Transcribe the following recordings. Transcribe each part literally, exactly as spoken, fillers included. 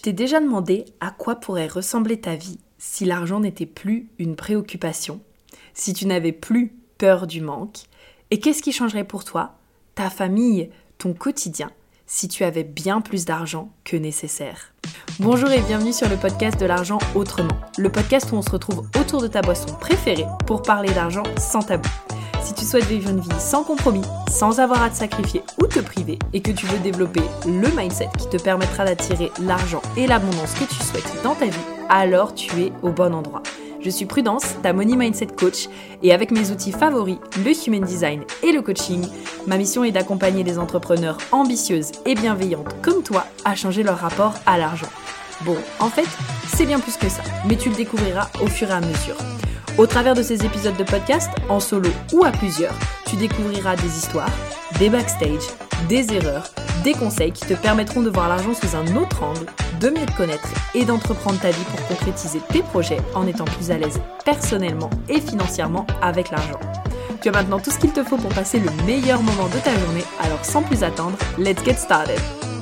t'es déjà demandé à quoi pourrait ressembler ta vie si l'argent n'était plus une préoccupation, si tu n'avais plus peur du manque? Et qu'est-ce qui changerait pour toi, ta famille, ton quotidien, si tu avais bien plus d'argent que nécessaire? Bonjour et bienvenue sur le podcast de l'argent autrement, le podcast où on se retrouve autour de ta boisson préférée pour parler d'argent sans tabou. Si tu souhaites vivre une vie sans compromis, sans avoir à te sacrifier ou te priver, et que tu veux développer le mindset qui te permettra d'attirer l'argent et l'abondance que tu souhaites dans ta vie, alors tu es au bon endroit. Je suis Prudence, ta Money Mindset Coach, et avec mes outils favoris, le Human Design et le coaching, ma mission est d'accompagner les entrepreneurs ambitieuses et bienveillantes comme toi à changer leur rapport à l'argent. Bon, en fait, c'est bien plus que ça, mais tu le découvriras au fur et à mesure. Au travers de ces épisodes de podcast, en solo ou à plusieurs, tu découvriras des histoires, des backstage, des erreurs, des conseils qui te permettront de voir l'argent sous un autre angle, de mieux te connaître et d'entreprendre ta vie pour concrétiser tes projets en étant plus à l'aise personnellement et financièrement avec l'argent. Tu as maintenant tout ce qu'il te faut pour passer le meilleur moment de ta journée, alors sans plus attendre, let's get started!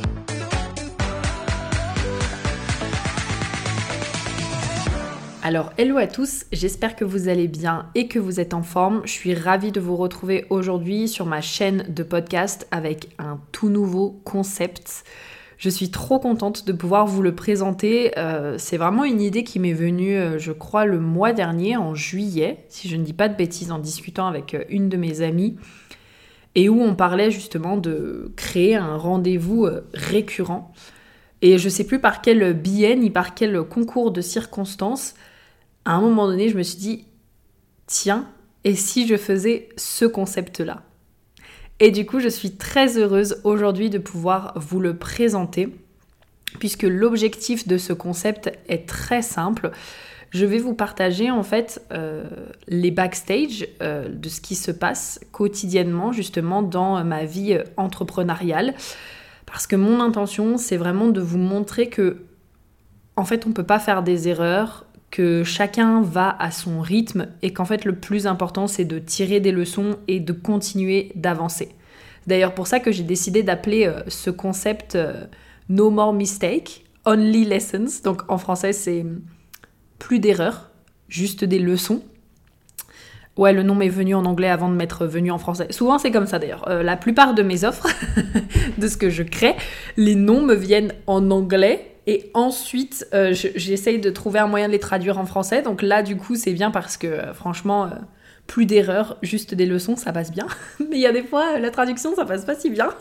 Alors hello à tous, j'espère que vous allez bien et que vous êtes en forme. Je suis ravie de vous retrouver aujourd'hui sur ma chaîne de podcast avec un tout nouveau concept. Je suis trop contente de pouvoir vous le présenter. Euh, c'est vraiment une idée qui m'est venue, euh, je crois, le mois dernier, en juillet, si je ne dis pas de bêtises, en discutant avec euh, une de mes amies, et où on parlait justement de créer un rendez-vous euh, récurrent. Et je ne sais plus par quel biais ni par quel concours de circonstances, à un moment donné, je me suis dit, tiens, et si je faisais ce concept-là? Et du coup, je suis très heureuse aujourd'hui de pouvoir vous le présenter, puisque l'objectif de ce concept est très simple. Je vais vous partager en fait euh, les backstage euh, de ce qui se passe quotidiennement justement dans ma vie entrepreneuriale, parce que mon intention, c'est vraiment de vous montrer que, en fait, on ne peut pas faire des erreurs, que chacun va à son rythme et qu'en fait le plus important c'est de tirer des leçons et de continuer d'avancer. D'ailleurs pour ça que j'ai décidé d'appeler euh, ce concept euh, No More Mistake, Only Lessons. Donc en français c'est plus d'erreurs, juste des leçons. Ouais, le nom m'est venu en anglais avant de m'être venu en français. Souvent c'est comme ça d'ailleurs. Euh, la plupart de mes offres, de ce que je crée, les noms me viennent en anglais. Et ensuite, euh, je, j'essaye de trouver un moyen de les traduire en français. Donc là, du coup, c'est bien parce que, euh, franchement, euh, plus d'erreurs, juste des leçons, ça passe bien. Mais il y a des fois, la traduction, ça passe pas si bien.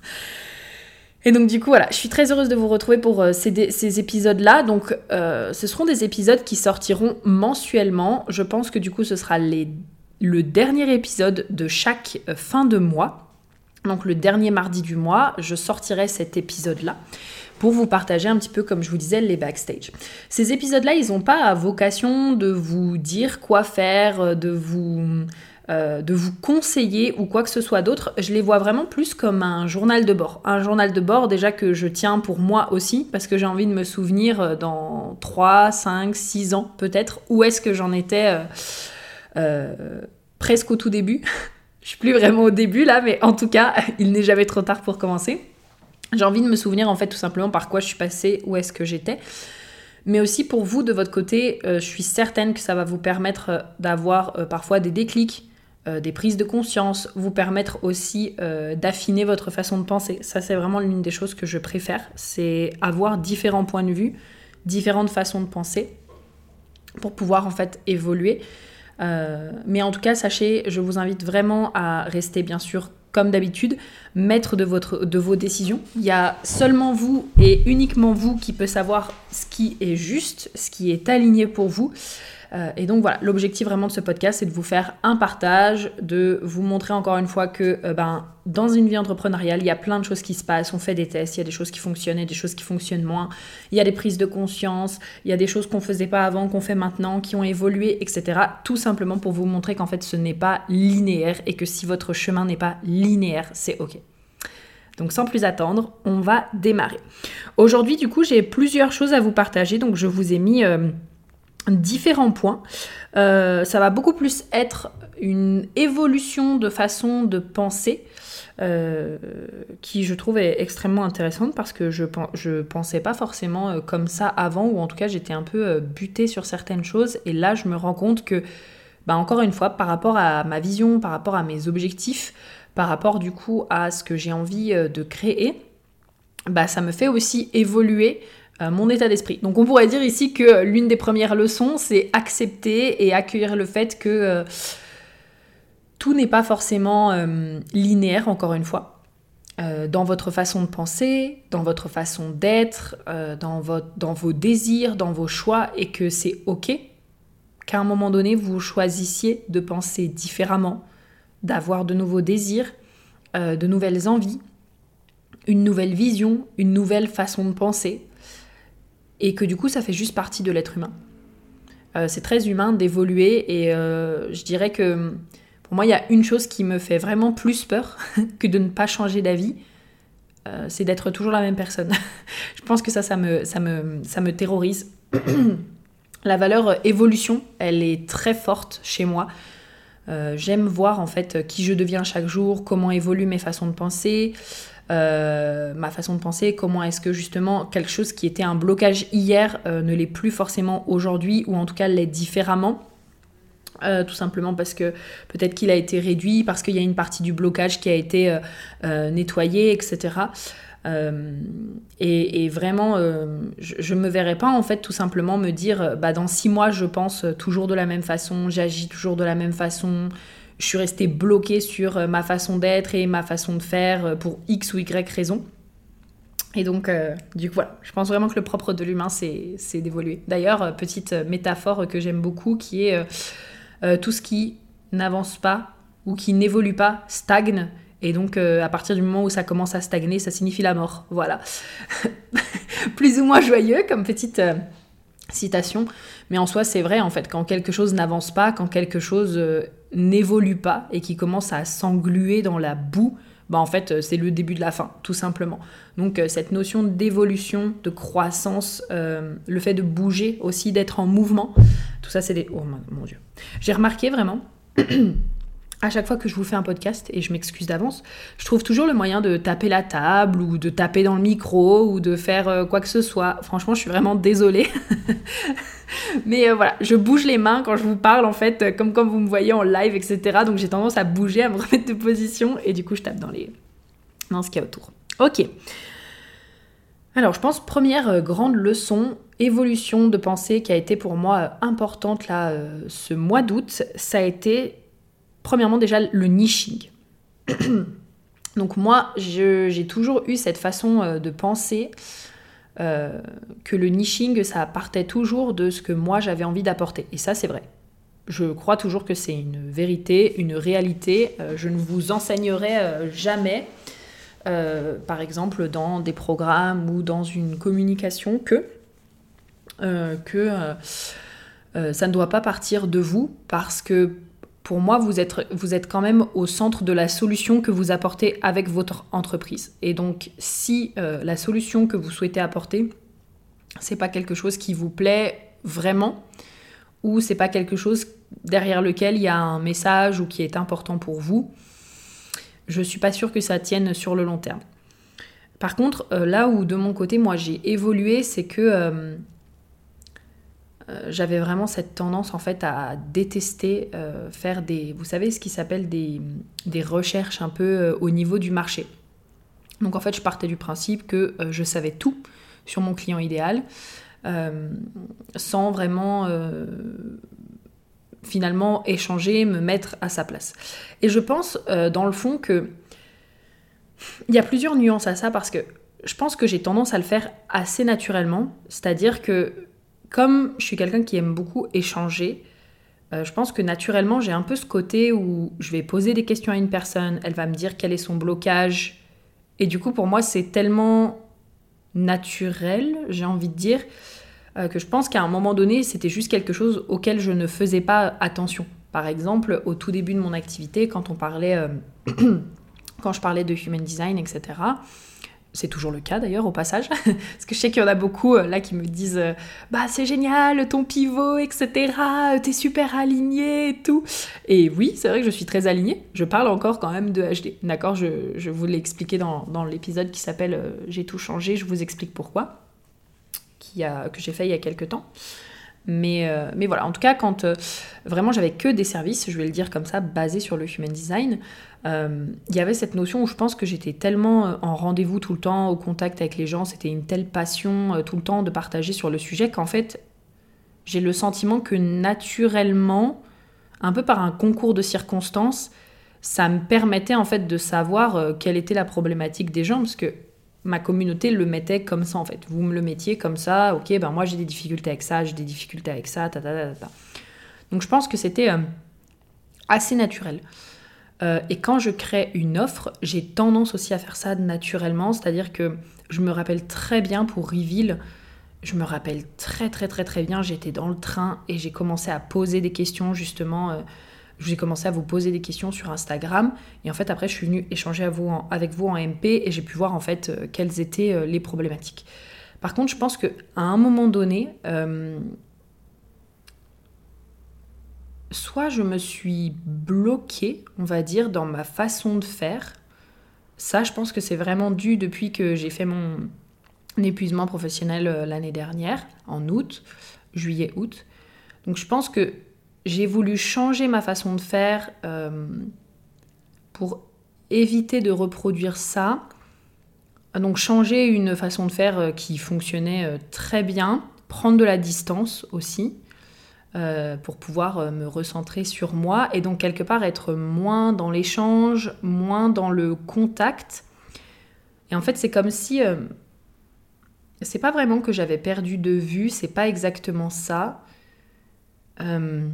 Et donc, du coup, voilà, je suis très heureuse de vous retrouver pour euh, ces, ces épisodes-là. Donc, euh, ce seront des épisodes qui sortiront mensuellement. Je pense que, du coup, ce sera les, le dernier épisode de chaque euh, fin de mois. Donc, le dernier mardi du mois, je sortirai cet épisode-là pour vous partager un petit peu, comme je vous disais, les backstage. Ces épisodes-là, ils n'ont pas à vocation de vous dire quoi faire, de vous, euh, de vous conseiller ou quoi que ce soit d'autre. Je les vois vraiment plus comme un journal de bord. Un journal de bord déjà que je tiens pour moi aussi, parce que j'ai envie de me souvenir dans trois, cinq, six ans peut-être, où est-ce que j'en étais euh, euh, presque au tout début. Je suis plus vraiment au début là, mais en tout cas, il n'est jamais trop tard pour commencer. J'ai envie de me souvenir en fait tout simplement par quoi je suis passée, où est-ce que j'étais. Mais aussi pour vous de votre côté, euh, je suis certaine que ça va vous permettre euh, d'avoir euh, parfois des déclics, euh, des prises de conscience, vous permettre aussi euh, d'affiner votre façon de penser. Ça c'est vraiment l'une des choses que je préfère, c'est avoir différents points de vue, différentes façons de penser pour pouvoir en fait évoluer. Euh, mais en tout cas, sachez, je vous invite vraiment à rester bien sûr comme d'habitude, maître de, votre, de vos décisions. Il y a seulement vous et uniquement vous qui peut savoir ce qui est juste, ce qui est aligné pour vous. Euh, et donc voilà, l'objectif vraiment de ce podcast, c'est de vous faire un partage, de vous montrer encore une fois que euh, ben, dans une vie entrepreneuriale, il y a plein de choses qui se passent, on fait des tests, il y a des choses qui fonctionnent et des choses qui fonctionnent moins, il y a des prises de conscience, il y a des choses qu'on ne faisait pas avant, qu'on fait maintenant, qui ont évolué, et cetera. Tout simplement pour vous montrer qu'en fait, ce n'est pas linéaire et que si votre chemin n'est pas linéaire, c'est OK. Donc sans plus attendre, on va démarrer. Aujourd'hui, du coup, j'ai plusieurs choses à vous partager, donc je vous ai mis... Euh, différents points. Euh, ça va beaucoup plus être une évolution de façon de penser euh, qui je trouve est extrêmement intéressante parce que je, je pensais pas forcément euh, comme ça avant, ou en tout cas j'étais un peu euh, butée sur certaines choses, et là je me rends compte que, bah, encore une fois, par rapport à ma vision, par rapport à mes objectifs, par rapport du coup à ce que j'ai envie euh, de créer, bah, ça me fait aussi évoluer euh, mon état d'esprit. Donc on pourrait dire ici que l'une des premières leçons, c'est accepter et accueillir le fait que euh, tout n'est pas forcément euh, linéaire, encore une fois, euh, dans votre façon de penser, dans votre façon d'être, euh, dans, votre, dans vos désirs, dans vos choix, et que c'est ok qu'à un moment donné, vous choisissiez de penser différemment, d'avoir de nouveaux désirs, euh, de nouvelles envies, une nouvelle vision, une nouvelle façon de penser, et que du coup, ça fait juste partie de l'être humain. Euh, c'est très humain d'évoluer, et euh, je dirais que pour moi, il y a une chose qui me fait vraiment plus peur que de ne pas changer d'avis, euh, c'est d'être toujours la même personne. Je pense que ça, ça me, ça me, ça me terrorise. La valeur évolution, elle est très forte chez moi. Euh, j'aime voir en fait qui je deviens chaque jour, comment évoluent mes façons de penser, euh, ma façon de penser, comment est-ce que justement quelque chose qui était un blocage hier euh, ne l'est plus forcément aujourd'hui, ou en tout cas l'est différemment. Euh, tout simplement parce que peut-être qu'il a été réduit, parce qu'il y a une partie du blocage qui a été euh, euh, nettoyée, et cetera. Euh, et, et vraiment, euh, je ne me verrais pas en fait tout simplement me dire bah, dans six mois je pense toujours de la même façon, j'agis toujours de la même façon, je suis restée bloquée sur ma façon d'être et ma façon de faire pour X ou Y raison. Et donc, euh, du coup, voilà, je pense vraiment que le propre de l'humain, c'est, c'est d'évoluer. D'ailleurs, petite métaphore que j'aime beaucoup, qui est euh, euh, tout ce qui n'avance pas ou qui n'évolue pas stagne. Et donc, euh, à partir du moment où ça commence à stagner, ça signifie la mort. Voilà. Plus ou moins joyeux comme petite euh, citation. Mais en soi, c'est vrai, en fait, quand quelque chose n'avance pas, quand quelque chose euh, n'évolue pas et qui commence à s'engluer dans la boue, bah en fait, c'est le début de la fin, tout simplement. Donc, euh, cette notion d'évolution, de croissance, euh, le fait de bouger aussi, d'être en mouvement, tout ça, c'est des... Oh mon, mon Dieu. J'ai remarqué vraiment, à chaque fois que je vous fais un podcast, et je m'excuse d'avance, je trouve toujours le moyen de taper la table, ou de taper dans le micro, ou de faire euh, quoi que ce soit. Franchement, je suis vraiment désolée. Mais euh, voilà, je bouge les mains quand je vous parle, en fait, euh, comme quand vous me voyez en live, et cetera. Donc j'ai tendance à bouger, à me remettre de position, et du coup, je tape dans, les... dans ce qu'il y a autour. Ok. Alors, je pense, première euh, grande leçon, évolution de pensée qui a été pour moi euh, importante là, euh, ce mois d'août, ça a été, premièrement, déjà le niching. Donc moi, je, j'ai toujours eu cette façon euh, de penser Euh, que le niching, ça partait toujours de ce que moi j'avais envie d'apporter. Et ça, c'est vrai. Je crois toujours que c'est une vérité, une réalité. Euh, je ne vous enseignerai euh, jamais, euh, par exemple, dans des programmes ou dans une communication, que, euh, que euh, euh, ça ne doit pas partir de vous, parce que pour moi, vous êtes, vous êtes quand même au centre de la solution que vous apportez avec votre entreprise. Et donc, si euh, la solution que vous souhaitez apporter, c'est pas quelque chose qui vous plaît vraiment, ou c'est pas quelque chose derrière lequel il y a un message ou qui est important pour vous, je suis pas sûre que ça tienne sur le long terme. Par contre, euh, là où de mon côté, moi, j'ai évolué, c'est que euh, Euh, j'avais vraiment cette tendance en fait à détester euh, faire des, vous savez, ce qui s'appelle des, des recherches un peu euh, au niveau du marché. Donc en fait, je partais du principe que euh, je savais tout sur mon client idéal, euh, sans vraiment euh, finalement échanger, me mettre à sa place. Et je pense euh, dans le fond que il y a plusieurs nuances à ça, parce que je pense que j'ai tendance à le faire assez naturellement, c'est-à-dire que comme je suis quelqu'un qui aime beaucoup échanger, euh, je pense que naturellement, j'ai un peu ce côté où je vais poser des questions à une personne, elle va me dire quel est son blocage. Et du coup, pour moi, c'est tellement naturel, j'ai envie de dire, euh, que je pense qu'à un moment donné, c'était juste quelque chose auquel je ne faisais pas attention. Par exemple, au tout début de mon activité, quand on parlait, euh, quand je parlais de human design, et cetera, C'est toujours le cas d'ailleurs au passage, parce que je sais qu'il y en a beaucoup euh, là qui me disent euh, bah c'est génial ton pivot, et cetera. T'es super aligné et tout. Et oui, c'est vrai que je suis très alignée. Je parle encore quand même de H D, d'accord, je, je vous l'ai expliqué dans, dans l'épisode qui s'appelle euh, J'ai tout changé, je vous explique pourquoi, qui a, que j'ai fait il y a quelques temps. Mais, euh, mais voilà, en tout cas, quand euh, vraiment j'avais que des services, je vais le dire comme ça, basés sur le human design, euh, il y avait cette notion où je pense que j'étais tellement euh, en rendez-vous tout le temps, au contact avec les gens, c'était une telle passion euh, tout le temps de partager sur le sujet qu'en fait, j'ai le sentiment que naturellement, un peu par un concours de circonstances, ça me permettait en fait de savoir euh, quelle était la problématique des gens, parce que ma communauté le mettait comme ça en fait. Vous me le mettiez comme ça, ok, ben moi j'ai des difficultés avec ça, j'ai des difficultés avec ça, ta ta ta ta. Donc je pense que c'était euh, assez naturel. Euh, et quand je crée une offre, j'ai tendance aussi à faire ça naturellement, c'est-à-dire que je me rappelle très bien pour Reveal, je me rappelle très très très très bien, j'étais dans le train et j'ai commencé à poser des questions justement. Euh, j'ai commencé à vous poser des questions sur Instagram et en fait après je suis venue échanger à vous en, avec vous en M P et j'ai pu voir en fait euh, quelles étaient euh, les problématiques. Par contre je pense qu'à un moment donné, euh, soit je me suis bloquée, on va dire, dans ma façon de faire. Ça je pense que c'est vraiment dû depuis que j'ai fait mon épuisement professionnel euh, l'année dernière, en août, juillet-août. Donc je pense que j'ai voulu changer ma façon de faire euh, pour éviter de reproduire ça. Donc changer une façon de faire euh, qui fonctionnait euh, très bien, prendre de la distance aussi, euh, pour pouvoir euh, me recentrer sur moi et donc quelque part être moins dans l'échange, moins dans le contact. Et en fait c'est comme si... Euh, c'est pas vraiment que j'avais perdu de vue, c'est pas exactement ça. Euh,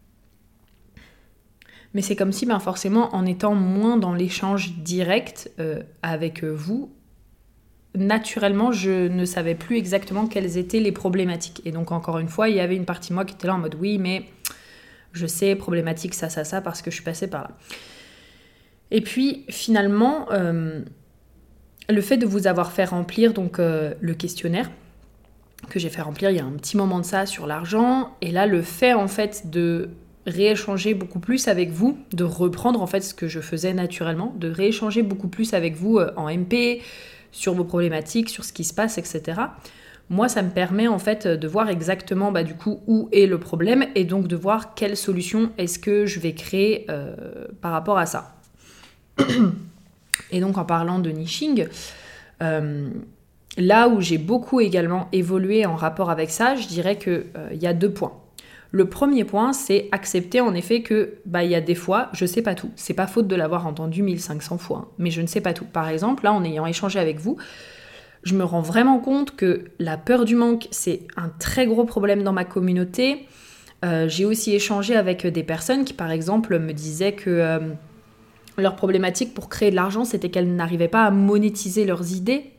Mais c'est comme si, ben forcément, en étant moins dans l'échange direct euh, avec vous, naturellement, je ne savais plus exactement quelles étaient les problématiques. Et donc, encore une fois, il y avait une partie de moi qui était là en mode « oui, mais je sais, problématique, ça, ça, ça, parce que je suis passée par là. » Et puis, finalement, euh, le fait de vous avoir fait remplir donc, euh, le questionnaire, que j'ai fait remplir il y a un petit moment de ça sur l'argent, et là, le fait, en fait, de rééchanger beaucoup plus avec vous, de reprendre en fait ce que je faisais naturellement, de rééchanger beaucoup plus avec vous euh, en M P, sur vos problématiques, sur ce qui se passe, et cetera. Moi, ça me permet en fait de voir exactement bah, du coup où est le problème et donc de voir quelle solution est-ce que je vais créer euh, par rapport à ça. Et donc en parlant de niching, euh, là où j'ai beaucoup également évolué en rapport avec ça, je dirais qu'il euh, y a deux points. Le premier point, c'est accepter en effet que bah, y a des fois, je sais pas tout. C'est pas faute de l'avoir entendu mille cinq cents fois, hein, mais je ne sais pas tout. Par exemple, là, en ayant échangé avec vous, je me rends vraiment compte que la peur du manque, c'est un très gros problème dans ma communauté. Euh, j'ai aussi échangé avec des personnes qui, par exemple, me disaient que euh, leur problématique pour créer de l'argent, c'était qu'elles n'arrivaient pas à monétiser leurs idées.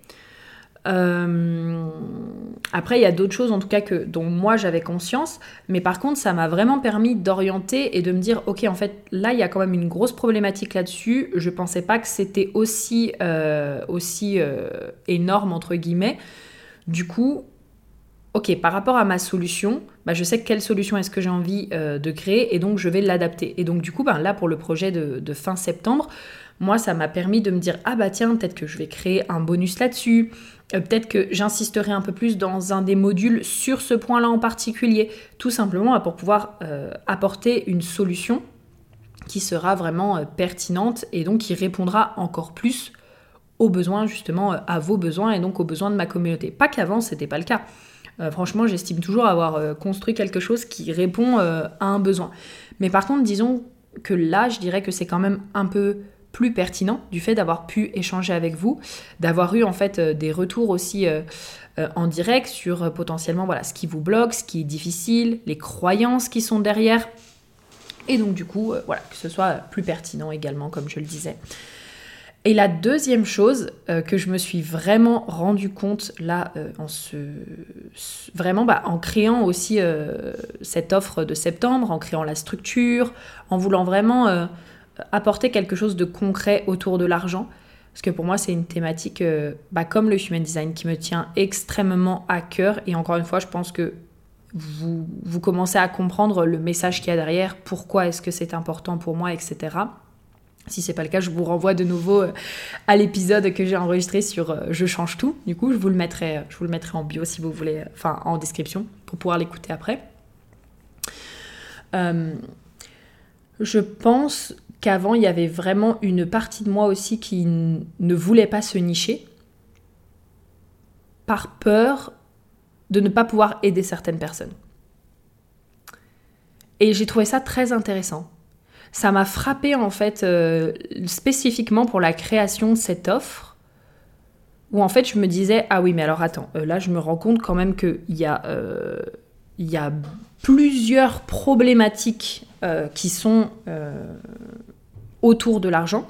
Euh, après il y a d'autres choses en tout cas que, dont moi j'avais conscience, mais par contre ça m'a vraiment permis d'orienter et de me dire ok en fait là il y a quand même une grosse problématique là-dessus, je pensais pas que c'était aussi, euh, aussi euh, énorme entre guillemets, du coup ok par rapport à ma solution, bah, je sais quelle solution est-ce que j'ai envie euh, de créer et donc je vais l'adapter et donc du coup bah, là pour le projet de, de fin septembre, moi ça m'a permis de me dire ah bah tiens peut-être que je vais créer un bonus là-dessus. Euh, peut-être que j'insisterai un peu plus dans un des modules sur ce point-là en particulier, tout simplement pour pouvoir euh, apporter une solution qui sera vraiment euh, pertinente et donc qui répondra encore plus aux besoins, justement, euh, à vos besoins et donc aux besoins de ma communauté. Pas qu'avant, c'était pas le cas. Euh, franchement, j'estime toujours avoir euh, construit quelque chose qui répond euh, à un besoin. Mais par contre, disons que là, je dirais que c'est quand même un peu plus pertinent du fait d'avoir pu échanger avec vous, d'avoir eu en fait euh, des retours aussi euh, euh, en direct sur euh, potentiellement voilà, ce qui vous bloque, ce qui est difficile, les croyances qui sont derrière, et donc du coup euh, voilà, que ce soit plus pertinent également comme je le disais. Et la deuxième chose euh, que je me suis vraiment rendu compte là euh, en ce vraiment bah, en créant aussi euh, cette offre de septembre, en créant la structure, en voulant vraiment euh, apporter quelque chose de concret autour de l'argent, Parce que pour moi, c'est une thématique, euh, bah, comme le human design, qui me tient extrêmement à cœur. Et encore une fois, je pense que vous, vous commencez à comprendre le message qu'il y a derrière, pourquoi est-ce que c'est important pour moi, et cetera. Si c'est pas le cas, je vous renvoie de nouveau à l'épisode que j'ai enregistré sur euh, Je change tout. Du coup, je vous le mettrai, je vous le mettrai en bio si vous voulez, enfin en description, pour pouvoir l'écouter après. Euh, je pense qu'avant, il y avait vraiment une partie de moi aussi qui n- ne voulait pas se nicher par peur de ne pas pouvoir aider certaines personnes. Et j'ai trouvé ça très intéressant. Ça m'a frappée en fait euh, spécifiquement pour la création de cette offre où en fait je me disais ah oui mais alors attends, euh, là je me rends compte quand même qu'il y a, euh, il y a plusieurs problématiques euh, qui sont euh, autour de l'argent.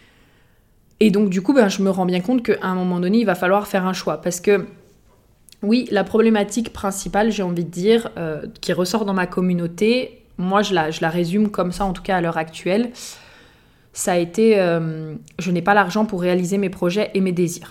Et donc du coup, ben, je me rends bien compte qu'à un moment donné, il va falloir faire un choix. Parce que oui, la problématique principale, j'ai envie de dire, euh, qui ressort dans ma communauté, moi je la, je la résume comme ça, en tout cas à l'heure actuelle, ça a été euh, je n'ai pas l'argent pour réaliser mes projets et mes désirs.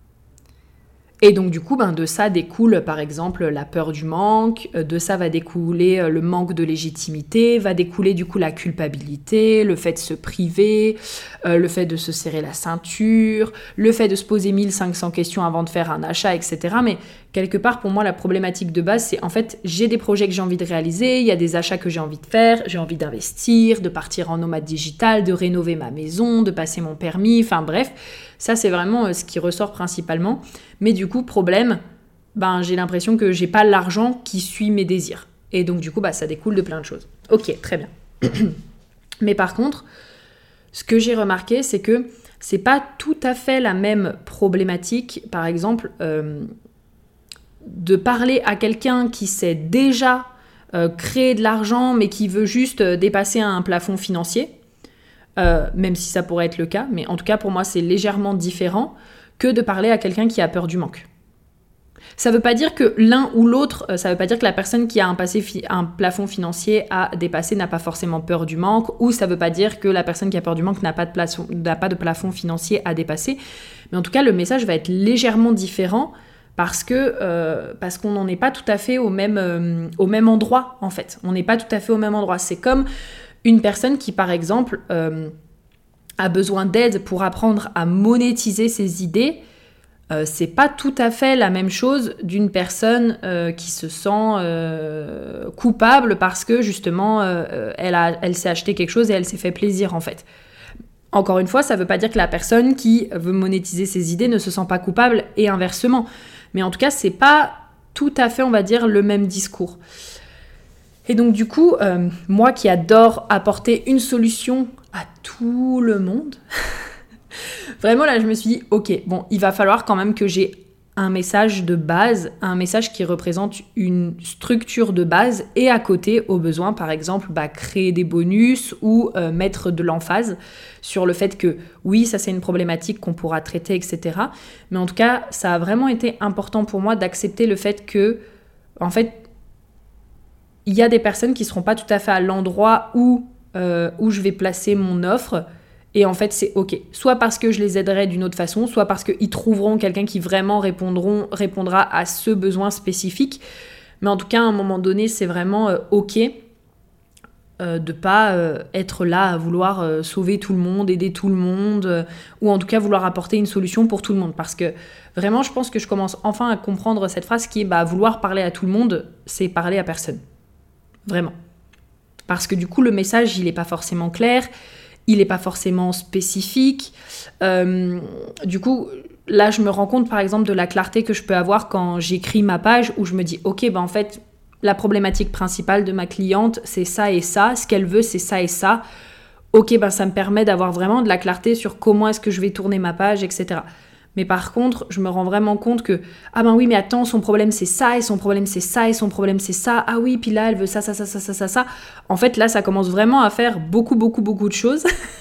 Et donc du coup, ben, de ça découle par exemple la peur du manque, de ça va découler le manque de légitimité, va découler du coup la culpabilité, le fait de se priver, euh, le fait de se serrer la ceinture, le fait de se poser mille cinq cents questions avant de faire un achat, et cetera. Mais quelque part, pour moi, la problématique de base, c'est en fait, j'ai des projets que j'ai envie de réaliser, il y a des achats que j'ai envie de faire, j'ai envie d'investir, de partir en nomade digital, de rénover ma maison, de passer mon permis, enfin bref, ça c'est vraiment ce qui ressort principalement. Mais du coup, problème, ben, j'ai l'impression que j'ai pas l'argent qui suit mes désirs. Et donc du coup, bah, ça découle de plein de choses. Ok, très bien. Mais par contre, ce que j'ai remarqué, c'est que c'est pas tout à fait la même problématique, par exemple, euh, de parler à quelqu'un qui sait déjà euh, créer de l'argent, mais qui veut juste euh, dépasser un plafond financier, euh, même si ça pourrait être le cas, mais en tout cas pour moi c'est légèrement différent que de parler à quelqu'un qui a peur du manque. Ça veut pas dire que l'un ou l'autre, euh, ça veut pas dire que la personne qui a un, passé fi- un plafond financier à dépasser n'a pas forcément peur du manque, ou ça veut pas dire que la personne qui a peur du manque n'a pas de plafond, n'a pas de plafond financier à dépasser. Mais en tout cas, le message va être légèrement différent parce que euh, parce qu'on n'en est pas tout à fait au même, euh, au même endroit, en fait. On n'est pas tout à fait au même endroit. C'est comme une personne qui, par exemple, euh, a besoin d'aide pour apprendre à monétiser ses idées. Euh, c'est pas tout à fait la même chose d'une personne euh, qui se sent euh, coupable parce que justement euh, elle, a, elle s'est acheté quelque chose et elle s'est fait plaisir en fait. Encore une fois, ça veut pas dire que la personne qui veut monétiser ses idées ne se sent pas coupable et inversement. Mais en tout cas, c'est pas tout à fait, on va dire, le même discours. Et donc du coup, euh, moi qui adore apporter une solution à tout le monde, vraiment là je me suis dit, ok, bon, il va falloir quand même que j'ai un message de base, un message qui représente une structure de base et à côté, au besoin, par exemple, bah, créer des bonus ou euh, mettre de l'emphase sur le fait que oui, ça c'est une problématique qu'on pourra traiter, et cetera. Mais en tout cas, ça a vraiment été important pour moi d'accepter le fait que, en fait, il y a des personnes qui ne seront pas tout à fait à l'endroit où, euh, où je vais placer mon offre. Et en fait, c'est OK. Soit parce que je les aiderai d'une autre façon, soit parce qu'ils trouveront quelqu'un qui vraiment répondront, répondra à ce besoin spécifique. Mais en tout cas, à un moment donné, c'est vraiment euh, OK euh, de ne pas euh, être là à vouloir euh, sauver tout le monde, aider tout le monde, euh, ou en tout cas vouloir apporter une solution pour tout le monde. Parce que vraiment, je pense que je commence enfin à comprendre cette phrase qui est bah, vouloir parler à tout le monde, c'est parler à personne. Vraiment. Parce que du coup, le message, il n'est pas forcément clair. Il n'est pas forcément spécifique. Euh, du coup, là, je me rends compte, par exemple, de la clarté que je peux avoir quand j'écris ma page où je me dis, OK, ben en fait, la problématique principale de ma cliente, c'est ça et ça. Ce qu'elle veut, c'est ça et ça. OK, ben ça me permet d'avoir vraiment de la clarté sur comment est-ce que je vais tourner ma page, et cetera. Mais par contre, je me rends vraiment compte que, ah ben oui, mais attends, son problème c'est ça, et son problème c'est ça, et son problème c'est ça. Ah oui, puis là, elle veut ça, ça, ça, ça, ça, ça, ça. En fait, là, ça commence vraiment à faire beaucoup, beaucoup, beaucoup de choses.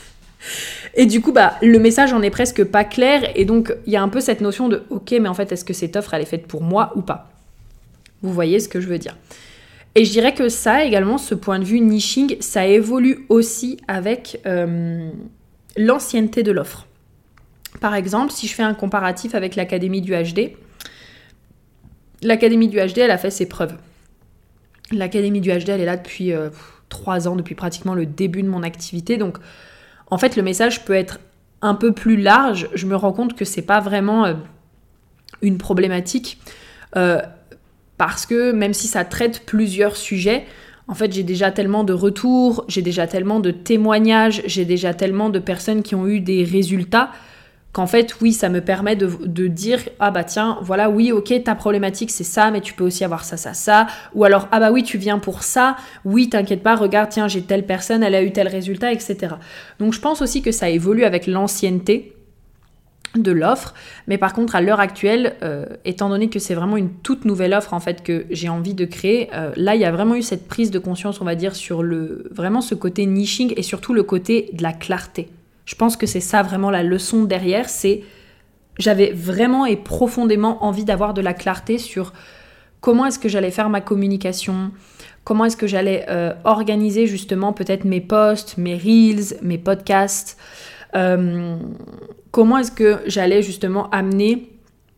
Et du coup, bah, le message en est presque pas clair. Et donc, il y a un peu cette notion de, ok, mais en fait, est-ce que cette offre, elle est faite pour moi ou pas ? Vous voyez ce que je veux dire ? Et je dirais que ça, également, ce point de vue niching, ça évolue aussi avec euh, l'ancienneté de l'offre. Par exemple, si je fais un comparatif avec l'Académie du H D, l'Académie du H D, elle a fait ses preuves. L'Académie du H D, elle est là depuis euh, trois ans, depuis pratiquement le début de mon activité. Donc, en fait, le message peut être un peu plus large. Je me rends compte que c'est pas vraiment euh, une problématique euh, parce que même si ça traite plusieurs sujets, en fait, j'ai déjà tellement de retours, j'ai déjà tellement de témoignages, j'ai déjà tellement de personnes qui ont eu des résultats qu'en fait, oui, ça me permet de, de dire « Ah bah tiens, voilà, oui, ok, ta problématique, c'est ça, mais tu peux aussi avoir ça, ça, ça. » Ou alors « Ah bah oui, tu viens pour ça. Oui, t'inquiète pas, regarde, tiens, j'ai telle personne, elle a eu tel résultat, et cetera » Donc, je pense aussi que ça évolue avec l'ancienneté de l'offre. Mais par contre, à l'heure actuelle, euh, étant donné que c'est vraiment une toute nouvelle offre, en fait, que j'ai envie de créer, euh, là, il y a vraiment eu cette prise de conscience, on va dire, sur le vraiment ce côté niching et surtout le côté de la clarté. Je pense que c'est ça vraiment la leçon derrière, c'est j'avais vraiment et profondément envie d'avoir de la clarté sur comment est-ce que j'allais faire ma communication, comment est-ce que j'allais euh, organiser justement peut-être mes posts, mes reels, mes podcasts, euh, comment est-ce que j'allais justement amener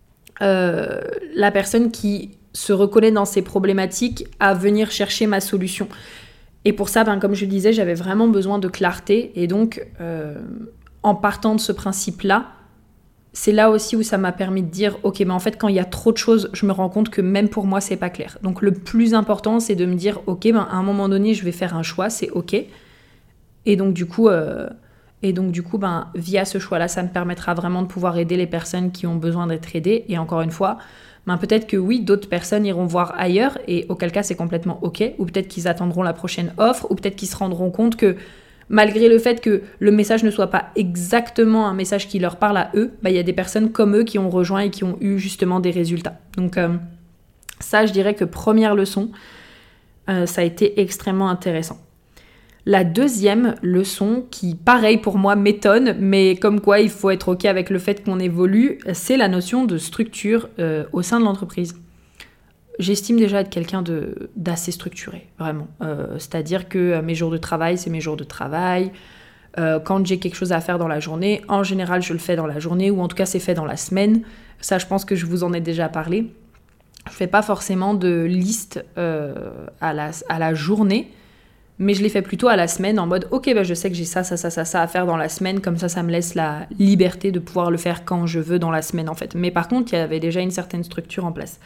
euh, la personne qui se reconnaît dans ces problématiques à venir chercher ma solution. Et pour ça, ben, comme je le disais, j'avais vraiment besoin de clarté. Et donc, euh, en partant de ce principe-là, c'est là aussi où ça m'a permis de dire « Ok, mais en fait, quand il y a trop de choses, je me rends compte que même pour moi, c'est pas clair. » Donc, le plus important, c'est de me dire « Ok, ben, à un moment donné, je vais faire un choix, c'est ok. » Et donc, du coup, euh, et donc, du coup ben, via ce choix-là, ça me permettra vraiment de pouvoir aider les personnes qui ont besoin d'être aidées. Et encore une fois, ben peut-être que oui, d'autres personnes iront voir ailleurs et auquel cas c'est complètement ok, ou peut-être qu'ils attendront la prochaine offre, ou peut-être qu'ils se rendront compte que malgré le fait que le message ne soit pas exactement un message qui leur parle à eux, ben, il y a des personnes comme eux qui ont rejoint et qui ont eu justement des résultats. Donc euh, ça, je dirais que première leçon, euh, ça a été extrêmement intéressant. La deuxième leçon, qui pareil pour moi m'étonne, mais comme quoi il faut être ok avec le fait qu'on évolue, c'est la notion de structure euh, au sein de l'entreprise. J'estime déjà être quelqu'un de, d'assez structuré, vraiment. Euh, c'est-à-dire que mes jours de travail, c'est mes jours de travail. Euh, quand j'ai quelque chose à faire dans la journée, en général je le fais dans la journée, ou en tout cas c'est fait dans la semaine. Ça, je pense que je vous en ai déjà parlé. Je fais pas forcément de liste euh, à, la, à la journée, mais je les fais plutôt à la semaine en mode « Ok, bah je sais que j'ai ça, ça, ça, ça, ça à faire dans la semaine. » Comme ça, ça me laisse la liberté de pouvoir le faire quand je veux dans la semaine, en fait. Mais par contre, il y avait déjà une certaine structure en place.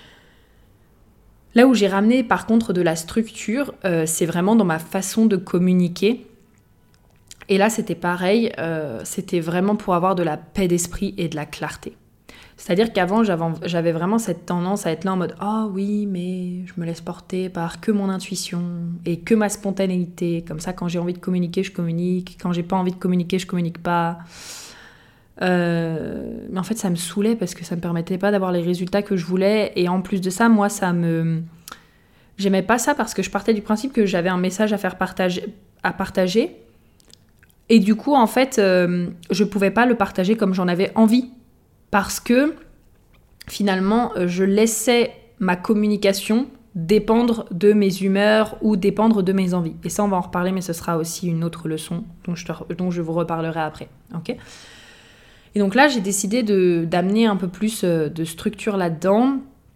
Là où j'ai ramené, par contre, de la structure, euh, c'est vraiment dans ma façon de communiquer. Et là, c'était pareil. Euh, c'était vraiment pour avoir de la paix d'esprit et de la clarté. C'est-à-dire qu'avant, j'avais, j'avais vraiment cette tendance à être là en mode « Ah oh, oui, mais je me laisse porter par que mon intuition et que ma spontanéité. Comme ça, quand j'ai envie de communiquer, je communique. Quand j'ai pas envie de communiquer, je communique pas. Euh, » Mais en fait, ça me saoulait parce que ça me permettait pas d'avoir les résultats que je voulais. Et en plus de ça, moi, ça me... J'aimais pas ça parce que je partais du principe que j'avais un message à faire partager, à partager. Et du coup, en fait, euh, je pouvais pas le partager comme j'en avais envie. Parce que, finalement, je laissais ma communication dépendre de mes humeurs ou dépendre de mes envies. Et ça, on va en reparler, mais ce sera aussi une autre leçon dont je, te, dont je vous reparlerai après. Okay ? Et donc là, j'ai décidé de, d'amener un peu plus de structure là-dedans,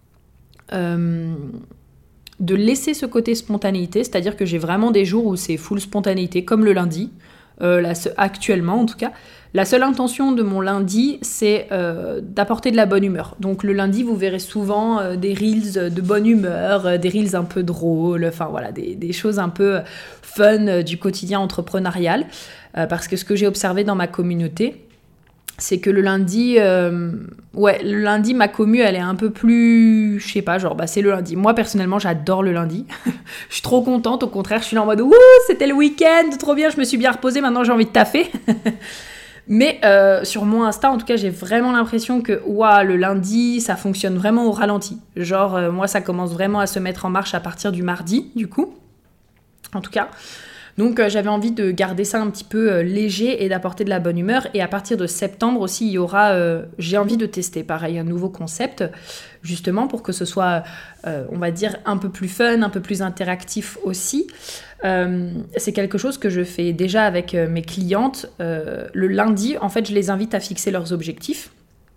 euh, de laisser ce côté spontanéité, c'est-à-dire que j'ai vraiment des jours où c'est full spontanéité, comme le lundi, euh, là, actuellement en tout cas. La seule intention de mon lundi, c'est euh, d'apporter de la bonne humeur. Donc le lundi, vous verrez souvent euh, des reels de bonne humeur, euh, des reels un peu drôles, enfin voilà, des, des choses un peu fun euh, du quotidien entrepreneurial. Euh, parce que ce que j'ai observé dans ma communauté, c'est que le lundi, euh, ouais, le lundi, ma commu, elle est un peu plus, je sais pas, genre, bah c'est le lundi. Moi, personnellement, j'adore le lundi. Je suis trop contente, au contraire, je suis là en mode, wouh, c'était le week-end, trop bien, je me suis bien reposée, maintenant j'ai envie de taffer. Mais euh, sur mon Insta, en tout cas, j'ai vraiment l'impression que ouah, le lundi, ça fonctionne vraiment au ralenti. Genre, euh, moi, ça commence vraiment à se mettre en marche à partir du mardi, du coup. En tout cas. Donc euh, j'avais envie de garder ça un petit peu euh, léger et d'apporter de la bonne humeur. Et à partir de septembre aussi, il y aura, euh, j'ai envie de tester pareil, un nouveau concept, justement pour que ce soit, euh, on va dire, un peu plus fun, un peu plus interactif aussi. Euh, c'est quelque chose que je fais déjà avec euh, mes clientes. Euh, le lundi, en fait, je les invite à fixer leurs objectifs.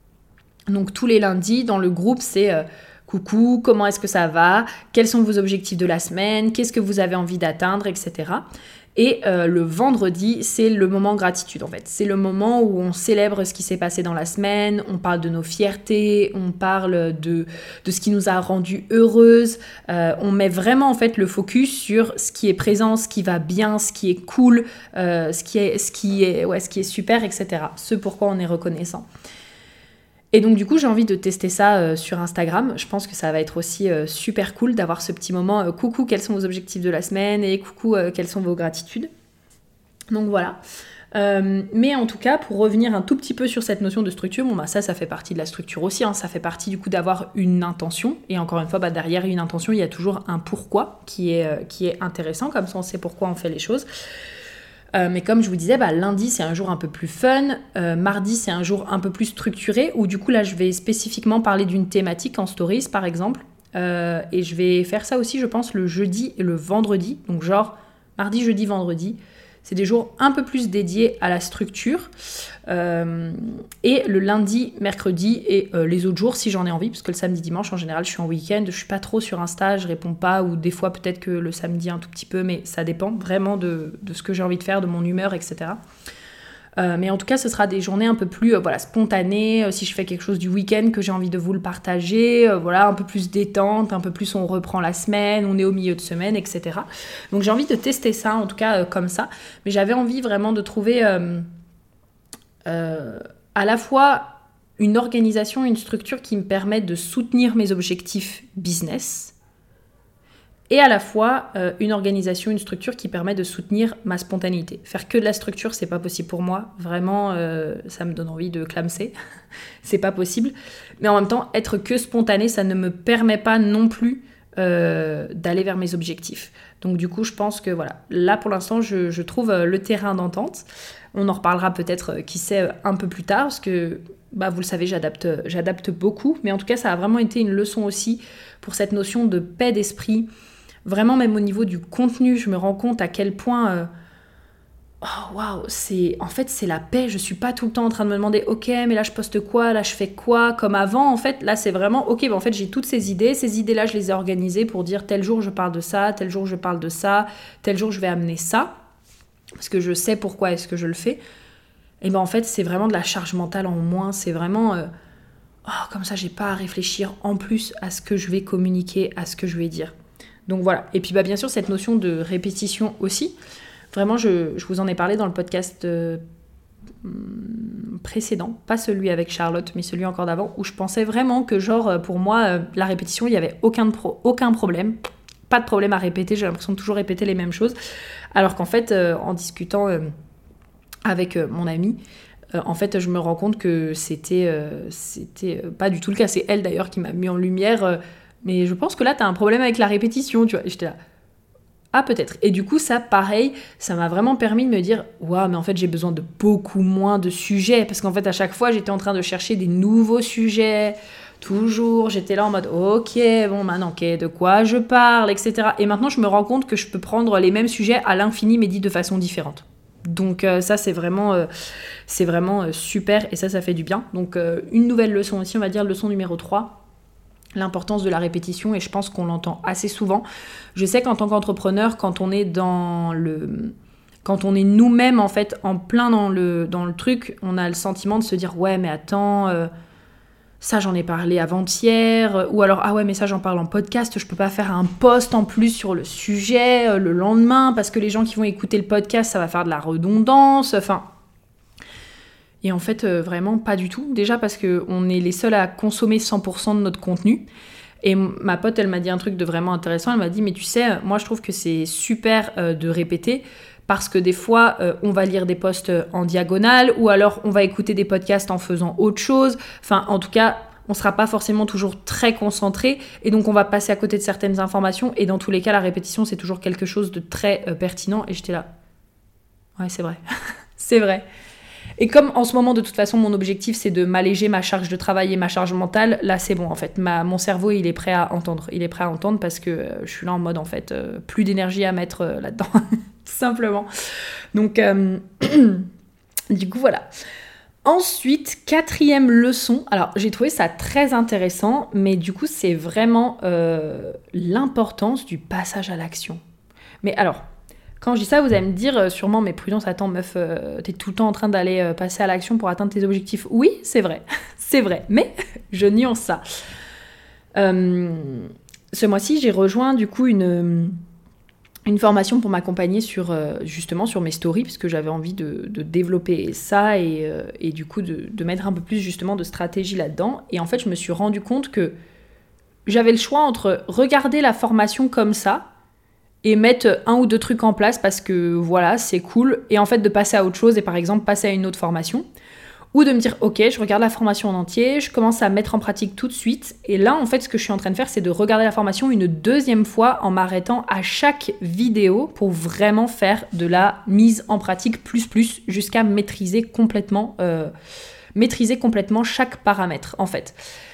Donc tous les lundis, dans le groupe, c'est... Euh, coucou, comment est-ce que ça va? Quels sont vos objectifs de la semaine? Qu'est-ce que vous avez envie d'atteindre, et cetera. Et euh, le vendredi, c'est le moment gratitude en fait. C'est le moment où on célèbre ce qui s'est passé dans la semaine, on parle de nos fiertés, on parle de, de ce qui nous a rendu heureuses. Euh, on met vraiment en fait le focus sur ce qui est présent, ce qui va bien, ce qui est cool, euh, ce, qui est, ce, qui est, ouais, ce qui est super, et cetera. Ce pourquoi on est reconnaissant. Et donc du coup j'ai envie de tester ça euh, sur Instagram. Je pense que ça va être aussi euh, super cool d'avoir ce petit moment euh, coucou, quels sont vos objectifs de la semaine et coucou, euh, quelles sont vos gratitudes. Donc voilà. Euh, mais en tout cas, pour revenir un tout petit peu sur cette notion de structure, bon bah ça, ça fait partie de la structure aussi, hein, ça fait partie du coup d'avoir une intention. Et encore une fois, bah, derrière une intention, il y a toujours un pourquoi qui est, euh, qui est intéressant, comme ça on sait pourquoi on fait les choses. Euh, mais comme je vous disais, bah, lundi c'est un jour un peu plus fun, euh, mardi c'est un jour un peu plus structuré, où du coup là je vais spécifiquement parler d'une thématique en stories par exemple, euh, et je vais faire ça aussi je pense le jeudi et le vendredi, donc genre mardi, jeudi, vendredi, c'est des jours un peu plus dédiés à la structure, euh, et le lundi, mercredi et euh, les autres jours si j'en ai envie, parce que le samedi, dimanche en général je suis en week-end, je suis pas trop sur Insta, je réponds pas, ou des fois peut-être que le samedi un tout petit peu, mais ça dépend vraiment de, de ce que j'ai envie de faire, de mon humeur, et cetera. Euh, mais en tout cas, ce sera des journées un peu plus euh, voilà, spontanées, euh, si je fais quelque chose du week-end que j'ai envie de vous le partager, euh, voilà, un peu plus détente, un peu plus on reprend la semaine, on est au milieu de semaine, et cetera. Donc j'ai envie de tester ça, en tout cas euh, comme ça, mais j'avais envie vraiment de trouver euh, euh, à la fois une organisation, une structure qui me permette de soutenir mes objectifs business, et à la fois euh, une organisation, une structure qui permet de soutenir ma spontanéité. Faire que de la structure, c'est pas possible pour moi. Vraiment, euh, ça me donne envie de clamser. C'est pas possible. Mais en même temps, être que spontané, ça ne me permet pas non plus euh, d'aller vers mes objectifs. Donc du coup, je pense que voilà, là pour l'instant, je, je trouve le terrain d'entente. On en reparlera peut-être, qui sait, un peu plus tard, parce que bah, vous le savez, j'adapte, j'adapte beaucoup. Mais en tout cas, ça a vraiment été une leçon aussi pour cette notion de paix d'esprit. Vraiment, même au niveau du contenu, je me rends compte à quel point... Euh, oh, waouh, c'est... En fait, c'est la paix. Je suis pas tout le temps en train de me demander « Ok, mais là, je poste quoi? Là, je fais quoi ?» Comme avant, en fait, là, c'est vraiment « Ok, bah, en fait, j'ai toutes ces idées. Ces idées-là, je les ai organisées pour dire tel jour, je parle de ça, tel jour, je parle de ça, tel jour, je vais amener ça. » Parce que je sais pourquoi est-ce que je le fais. Et ben en fait, c'est vraiment de la charge mentale en moins. C'est vraiment... Euh, oh, comme ça, j'ai pas à réfléchir en plus à ce que je vais communiquer, à ce que je vais dire. Donc voilà. Et puis bah, bien sûr, cette notion de répétition aussi. Vraiment, je, je vous en ai parlé dans le podcast euh, précédent. Pas celui avec Charlotte, mais celui encore d'avant, où je pensais vraiment que genre, pour moi, euh, la répétition, il n'y avait aucun, pro- aucun problème. Pas de problème à répéter. J'ai l'impression de toujours répéter les mêmes choses. Alors qu'en fait, euh, en discutant euh, avec euh, mon amie, euh, en fait, je me rends compte que c'était, euh, c'était euh, pas du tout le cas. C'est elle d'ailleurs qui m'a mis en lumière... Euh, mais je pense que là, t'as un problème avec la répétition, tu vois. Et j'étais là, ah peut-être. Et du coup, ça, pareil, ça m'a vraiment permis de me dire, waouh, mais en fait, j'ai besoin de beaucoup moins de sujets. Parce qu'en fait, à chaque fois, j'étais en train de chercher des nouveaux sujets. Toujours, j'étais là en mode, ok, bon, maintenant, ok, de quoi je parle, et cetera. Et maintenant, je me rends compte que je peux prendre les mêmes sujets à l'infini, mais dits de façon différente. Donc euh, ça, c'est vraiment, euh, c'est vraiment euh, super. Et ça, ça fait du bien. Donc, euh, une nouvelle leçon aussi, on va dire, leçon numéro trois. L'importance de la répétition, et je pense qu'on l'entend assez souvent. Je sais qu'en tant qu'entrepreneur, quand on est dans le... Quand on est nous-mêmes, en fait, en plein dans le, dans le truc, on a le sentiment de se dire « Ouais, mais attends, euh, ça, j'en ai parlé avant-hier. » Ou alors « Ah ouais, mais ça, j'en parle en podcast. Je peux pas faire un post en plus sur le sujet euh, le lendemain parce que les gens qui vont écouter le podcast, ça va faire de la redondance. » Enfin... Et en fait, euh, vraiment pas du tout. Déjà parce qu'on est les seuls à consommer cent pour cent de notre contenu. Et ma pote, elle m'a dit un truc de vraiment intéressant. Elle m'a dit, mais tu sais, moi je trouve que c'est super euh, de répéter parce que des fois, euh, on va lire des posts en diagonale ou alors on va écouter des podcasts en faisant autre chose. Enfin, en tout cas, on sera pas forcément toujours très concentré et donc on va passer à côté de certaines informations et dans tous les cas, la répétition, c'est toujours quelque chose de très euh, pertinent et j'étais là. Ouais, c'est vrai. c'est vrai. Et comme en ce moment, de toute façon, mon objectif, c'est de m'alléger ma charge de travail et ma charge mentale, là, c'est bon, en fait. Ma, mon cerveau, il est prêt à entendre. Il est prêt à entendre parce que euh, je suis là en mode, en fait, euh, plus d'énergie à mettre euh, là-dedans, tout simplement. Donc, euh, du coup, voilà. Ensuite, quatrième leçon. Alors, j'ai trouvé ça très intéressant, mais du coup, c'est vraiment euh, l'importance du passage à l'action. Mais alors... Quand je dis ça, vous allez me dire euh, sûrement, mais Prudence, attends, meuf, euh, t'es tout le temps en train d'aller euh, passer à l'action pour atteindre tes objectifs. Oui, c'est vrai, c'est vrai, mais je nuance ça. Euh, ce mois-ci, j'ai rejoint du coup une, une formation pour m'accompagner sur, euh, justement sur mes stories, parce que j'avais envie de, de développer ça et, euh, et du coup de, de mettre un peu plus justement de stratégie là-dedans. Et en fait, je me suis rendu compte que j'avais le choix entre regarder la formation comme ça, et mettre un ou deux trucs en place parce que voilà, c'est cool, et en fait de passer à autre chose et par exemple passer à une autre formation, ou de me dire ok, je regarde la formation en entier, je commence à mettre en pratique tout de suite, et là en fait ce que je suis en train de faire, c'est de regarder la formation une deuxième fois en m'arrêtant à chaque vidéo pour vraiment faire de la mise en pratique plus plus jusqu'à maîtriser complètement, euh, maîtriser complètement chaque paramètre en fait.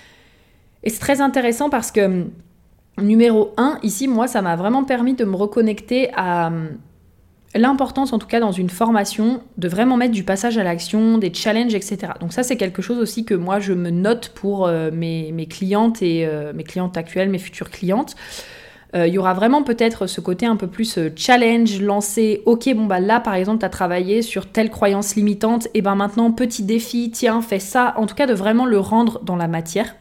Et c'est très intéressant parce que numéro un, ici, moi, ça m'a vraiment permis de me reconnecter à l'importance, en tout cas dans une formation, de vraiment mettre du passage à l'action, des challenges, et cetera. Donc ça, c'est quelque chose aussi que moi, je me note pour euh, mes, mes clientes et euh, mes clientes actuelles, mes futures clientes. Il euh, y aura vraiment peut-être ce côté un peu plus euh, challenge, lancer, ok, bon bah là, par exemple, tu as travaillé sur telle croyance limitante, et ben maintenant, petit défi, tiens, fais ça. En tout cas, de vraiment le rendre dans la matière.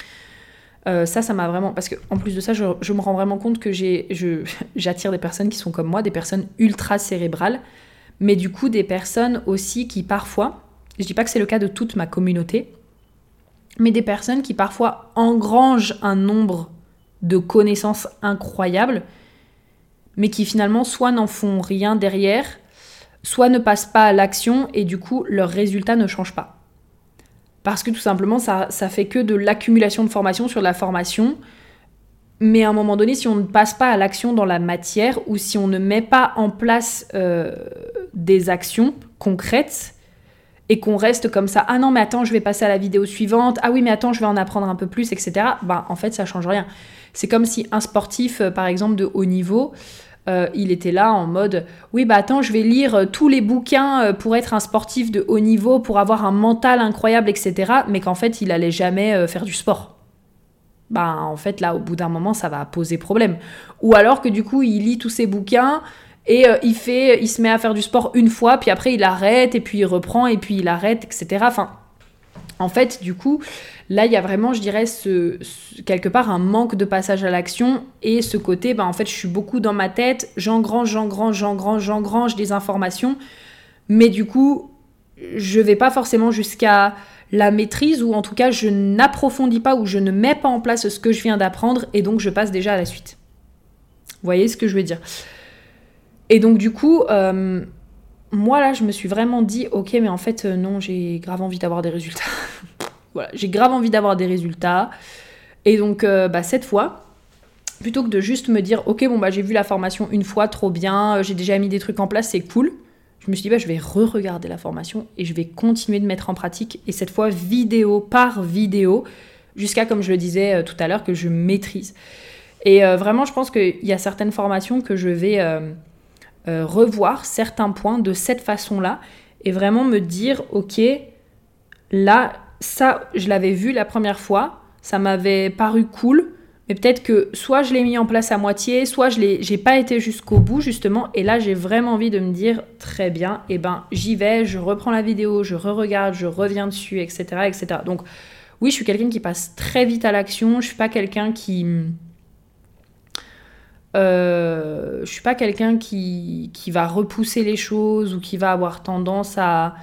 Euh, ça, ça m'a vraiment... Parce qu'en plus de ça, je, je me rends vraiment compte que j'ai, je, j'attire des personnes qui sont comme moi, des personnes ultra cérébrales, mais du coup des personnes aussi qui parfois, je dis pas que c'est le cas de toute ma communauté, mais des personnes qui parfois engrangent un nombre de connaissances incroyables, mais qui finalement soit n'en font rien derrière, soit ne passent pas à l'action et du coup leurs résultats ne changent pas. Parce que tout simplement, ça, ça fait que de l'accumulation de formation sur de la formation. Mais à un moment donné, si on ne passe pas à l'action dans la matière ou si on ne met pas en place euh, des actions concrètes et qu'on reste comme ça, ah non, mais attends, je vais passer à la vidéo suivante, ah oui, mais attends, je vais en apprendre un peu plus, et cetera. Ben, en fait, ça ne change rien. C'est comme si un sportif, par exemple, de haut niveau... Euh, il était là en mode oui bah attends je vais lire tous les bouquins pour être un sportif de haut niveau, pour avoir un mental incroyable, etc., mais qu'en fait il allait jamais faire du sport. Bah en fait là au bout d'un moment ça va poser problème. Ou alors que du coup il lit tous ses bouquins et euh, il fait il se met à faire du sport une fois, puis après il arrête et puis il reprend et puis il arrête, etc. Enfin en fait, du coup, là, il y a vraiment, je dirais, ce, ce, quelque part un manque de passage à l'action et ce côté, ben, en fait, je suis beaucoup dans ma tête, j'engrange, j'engrange, j'engrange, j'engrange des informations, mais du coup, je vais pas forcément jusqu'à la maîtrise ou en tout cas, je n'approfondis pas ou je ne mets pas en place ce que je viens d'apprendre et donc je passe déjà à la suite. Vous voyez ce que je veux dire ? Et donc, du coup... Euh, moi, là, je me suis vraiment dit, ok, mais en fait, euh, non, j'ai grave envie d'avoir des résultats. Voilà, j'ai grave envie d'avoir des résultats. Et donc, euh, bah, cette fois, plutôt que de juste me dire, ok, bon, bah, j'ai vu la formation une fois, trop bien, euh, j'ai déjà mis des trucs en place, c'est cool. Je me suis dit, bah, je vais re-regarder la formation et je vais continuer de mettre en pratique. Et cette fois, vidéo par vidéo, jusqu'à, comme je le disais euh, tout à l'heure, que je maîtrise. Et euh, vraiment, je pense qu'il y a certaines formations que je vais... Euh, Euh, revoir certains points de cette façon-là et vraiment me dire, ok, là, ça, je l'avais vu la première fois, ça m'avait paru cool, mais peut-être que soit je l'ai mis en place à moitié, soit je l'ai, j'ai pas été jusqu'au bout, justement, et là, j'ai vraiment envie de me dire, très bien, et ben, j'y vais, je reprends la vidéo, je re-regarde, je reviens dessus, et cetera, et cetera. Donc, oui, je suis quelqu'un qui passe très vite à l'action, je suis pas quelqu'un qui... Euh, je suis pas quelqu'un qui, qui va repousser les choses ou qui va avoir tendance à,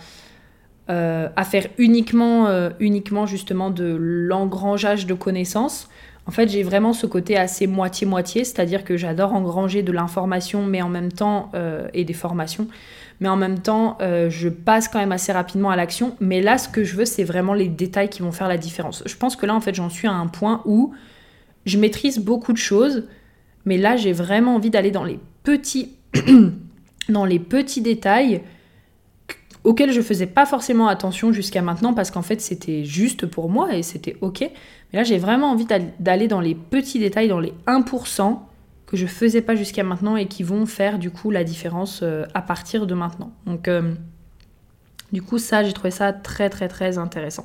euh, à faire uniquement, euh, uniquement justement de l'engrangeage de connaissances. En fait, j'ai vraiment ce côté assez moitié-moitié, c'est-à-dire que j'adore engranger de l'information, mais en même temps, euh, et des formations, mais en même temps, euh, je passe quand même assez rapidement à l'action. Mais là, ce que je veux, c'est vraiment les détails qui vont faire la différence. Je pense que là, en fait, j'en suis à un point où je maîtrise beaucoup de choses, mais là, j'ai vraiment envie d'aller dans les petits, dans les petits détails auxquels je faisais pas forcément attention jusqu'à maintenant, parce qu'en fait, c'était juste pour moi et c'était ok. Mais là, j'ai vraiment envie d'aller dans les petits détails, dans les un pour cent, que je faisais pas jusqu'à maintenant et qui vont faire du coup la différence euh, à partir de maintenant. Donc euh, du coup ça j'ai trouvé ça très très très intéressant.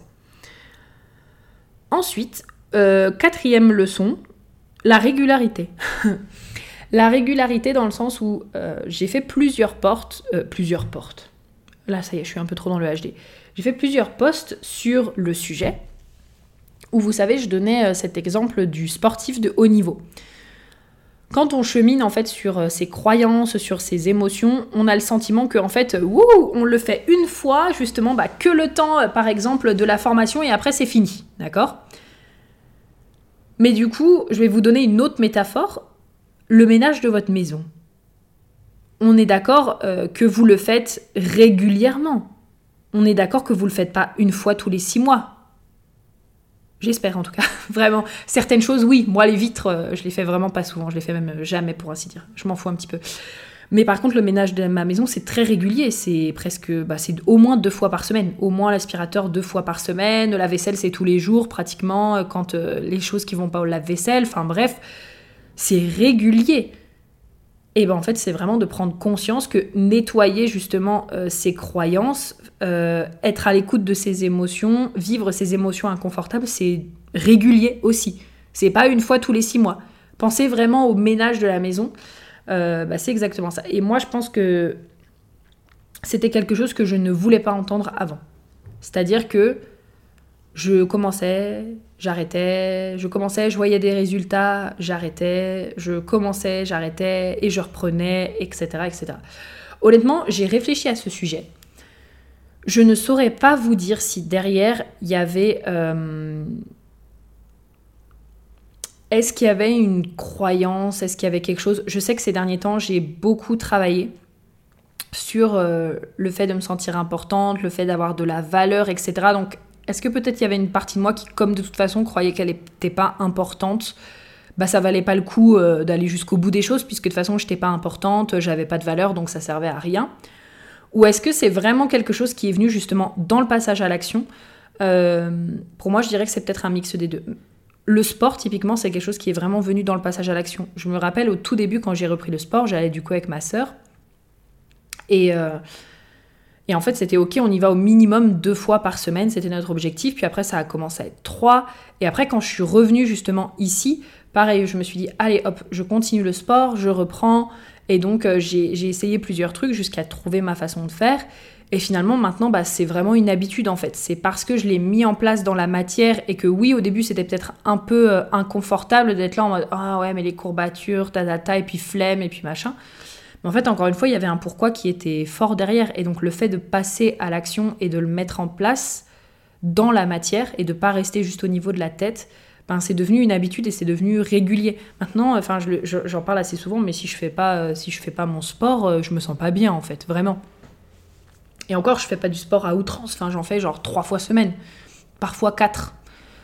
Ensuite, euh, quatrième leçon, la régularité. La régularité dans le sens où euh, j'ai fait plusieurs portes, euh, plusieurs portes. Là ça y est, je suis un peu trop dans le H D. J'ai fait plusieurs posts sur le sujet où vous savez je donnais euh, cet exemple du sportif de haut niveau. Quand on chemine en fait sur ses croyances, sur ses émotions, on a le sentiment que en fait, wouh, on le fait une fois, justement, bah, que le temps, par exemple, de la formation et après c'est fini, d'accord ? Mais du coup, je vais vous donner une autre métaphore, le ménage de votre maison. On est d'accord euh, que vous le faites régulièrement. On est d'accord que vous le faites pas une fois tous les six mois. J'espère en tout cas, vraiment. Certaines choses, oui. Moi, les vitres, euh, je les fais vraiment pas souvent. Je les fais même jamais, pour ainsi dire. Je m'en fous un petit peu. Mais par contre, le ménage de ma maison, c'est très régulier. C'est presque, bah, c'est au moins deux fois par semaine. Au moins l'aspirateur deux fois par semaine. La vaisselle, c'est tous les jours, pratiquement. Quand euh, les choses qui vont pas au lave-vaisselle. Enfin bref, c'est régulier. Et ben en fait, c'est vraiment de prendre conscience que nettoyer justement euh, ses croyances, euh, être à l'écoute de ses émotions, vivre ses émotions inconfortables, c'est régulier aussi. C'est pas une fois tous les six mois. Pensez vraiment au ménage de la maison, euh, bah, c'est exactement ça. Et moi, je pense que c'était quelque chose que je ne voulais pas entendre avant. C'est-à-dire que je commençais, j'arrêtais, je commençais, je voyais des résultats, j'arrêtais, je commençais, j'arrêtais, et je reprenais, et cetera, et cetera. Honnêtement, j'ai réfléchi à ce sujet. Je ne saurais pas vous dire si derrière, il y avait... Euh, est-ce qu'il y avait une croyance, est-ce qu'il y avait quelque chose... Je sais que ces derniers temps, j'ai beaucoup travaillé sur euh, le fait de me sentir importante, le fait d'avoir de la valeur, et cetera. Donc, est-ce que peut-être il y avait une partie de moi qui, comme de toute façon, croyait qu'elle n'était pas importante, bah ça valait pas le coup euh, d'aller jusqu'au bout des choses, puisque de toute façon, je n'étais pas importante, j'avais pas de valeur, donc ça servait à rien. Ou est-ce que c'est vraiment quelque chose qui est venu justement dans le passage à l'action ? euh, Pour moi, je dirais que c'est peut-être un mix des deux. Le sport, typiquement, c'est quelque chose qui est vraiment venu dans le passage à l'action. Je me rappelle, au tout début, quand j'ai repris le sport, j'allais du coup avec ma sœur, et... Euh, Et en fait, c'était ok, on y va au minimum deux fois par semaine, c'était notre objectif. Puis après, ça a commencé à être trois. Et après, quand je suis revenue justement ici, pareil, je me suis dit, allez hop, je continue le sport, je reprends. Et donc, euh, j'ai, j'ai essayé plusieurs trucs jusqu'à trouver ma façon de faire. Et finalement, maintenant, bah, c'est vraiment une habitude en fait. C'est parce que je l'ai mis en place dans la matière et que oui, au début, c'était peut-être un peu euh, inconfortable d'être là en mode, ah ouais, mais les courbatures, ta ta ta, et puis flemme, et puis machin. Mais en fait, encore une fois, il y avait un pourquoi qui était fort derrière. Et donc, le fait de passer à l'action et de le mettre en place dans la matière et de ne pas rester juste au niveau de la tête, ben, c'est devenu une habitude et c'est devenu régulier. Maintenant, enfin, je, je, j'en parle assez souvent, mais si je fais pas, euh, si je fais pas mon sport, je me sens pas bien, en fait, vraiment. Et encore, je fais pas du sport à outrance. Enfin, j'en fais genre trois fois semaine, parfois quatre.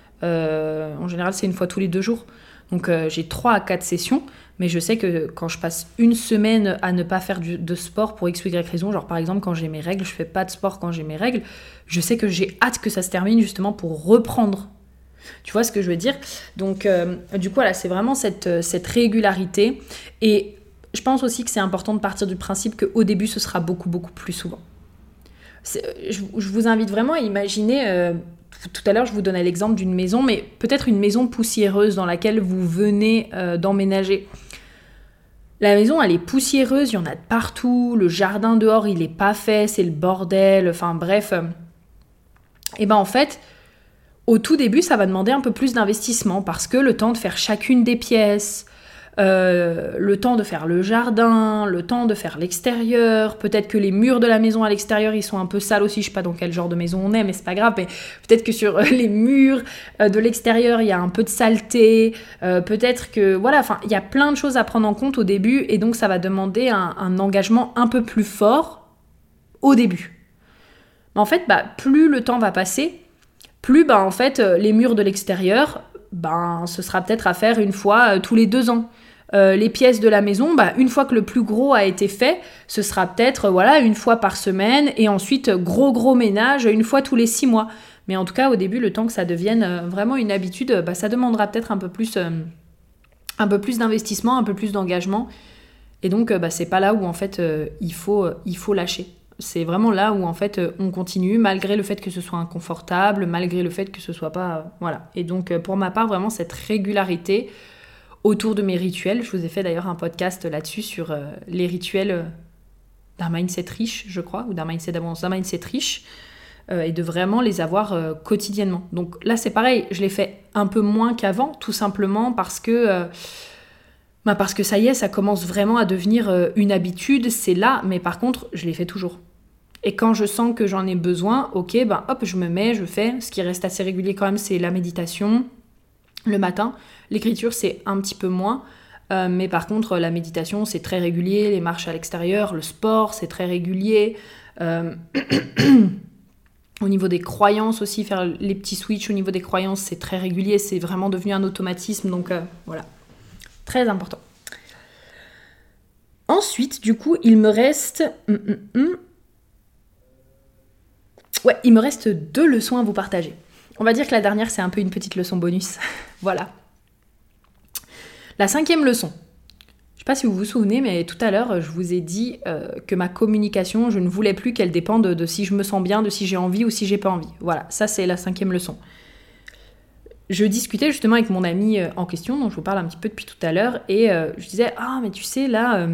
Euh, en général, c'est une fois tous les deux jours. Donc, euh, j'ai trois à quatre sessions. Mais je sais que quand je passe une semaine à ne pas faire du, de sport pour X ou Y raison, genre par exemple quand j'ai mes règles, je fais pas de sport quand j'ai mes règles, je sais que j'ai hâte que ça se termine justement pour reprendre. Tu vois ce que je veux dire ? Donc euh, du coup, voilà, c'est vraiment cette, cette régularité. Et je pense aussi que c'est important de partir du principe qu'au début, ce sera beaucoup, beaucoup plus souvent. C'est, je, je vous invite vraiment à imaginer... Euh, Tout à l'heure, je vous donnais l'exemple d'une maison, mais peut-être une maison poussiéreuse dans laquelle vous venez euh, d'emménager. La maison, elle est poussiéreuse, il y en a de partout, le jardin dehors, il est pas fait, c'est le bordel, enfin bref. Et ben en fait, au tout début, ça va demander un peu plus d'investissement parce que le temps de faire chacune des pièces, euh, le temps de faire le jardin, le temps de faire l'extérieur, peut-être que les murs de la maison à l'extérieur, ils sont un peu sales aussi, je sais pas dans quel genre de maison on est, mais c'est pas grave, mais peut-être que sur les murs euh, de l'extérieur, il y a un peu de saleté, euh, peut-être que, voilà, enfin, il y a plein de choses à prendre en compte au début, et donc ça va demander un, un engagement un peu plus fort au début. Mais en fait, bah, plus le temps va passer, plus, bah, en fait, les murs de l'extérieur, ben, ce sera peut-être à faire une fois euh, tous les deux ans. Euh, les pièces de la maison, bah, une fois que le plus gros a été fait, ce sera peut-être euh, voilà, une fois par semaine et ensuite gros gros ménage une fois tous les six mois. Mais en tout cas, au début, le temps que ça devienne euh, vraiment une habitude, bah, ça demandera peut-être un peu plus, euh, un peu plus d'investissement, un peu plus d'engagement. Et donc, euh, bah, c'est pas là où en fait euh, il faut, euh, il faut lâcher. C'est vraiment là où en fait euh, on continue malgré le fait que ce soit inconfortable, malgré le fait que ce soit pas... Euh, voilà. Et donc, euh, pour ma part, vraiment cette régularité autour de mes rituels. Je vous ai fait d'ailleurs un podcast là-dessus sur euh, les rituels euh, d'un mindset riche, je crois, ou d'un mindset d'abondance, d'un mindset riche, euh, et de vraiment les avoir euh, quotidiennement. Donc là, c'est pareil, je l'ai fait un peu moins qu'avant, tout simplement parce que, euh, bah parce que ça y est, ça commence vraiment à devenir euh, une habitude, c'est là, mais par contre, je l'ai fait toujours. Et quand je sens que j'en ai besoin, ok, ben hop, je me mets, je fais. Ce qui reste assez régulier quand même, c'est la méditation, le matin. L'écriture, c'est un petit peu moins. Euh, mais par contre, la méditation, c'est très régulier. Les marches à l'extérieur, le sport, c'est très régulier. Euh... au niveau des croyances aussi, faire les petits switches au niveau des croyances, c'est très régulier. C'est vraiment devenu un automatisme. Donc euh, voilà, très important. Ensuite, du coup, il me reste... Hum, hum, hum. Ouais, il me reste deux leçons à vous partager. On va dire que la dernière, c'est un peu une petite leçon bonus. Voilà. La cinquième leçon. Je ne sais pas si vous vous souvenez, mais tout à l'heure, je vous ai dit euh, que ma communication, je ne voulais plus qu'elle dépende de, de si je me sens bien, de si j'ai envie ou si j'ai pas envie. Voilà, ça c'est la cinquième leçon. Je discutais justement avec mon ami en question, dont je vous parle un petit peu depuis tout à l'heure, et euh, je disais « Ah, mais tu sais, là, euh,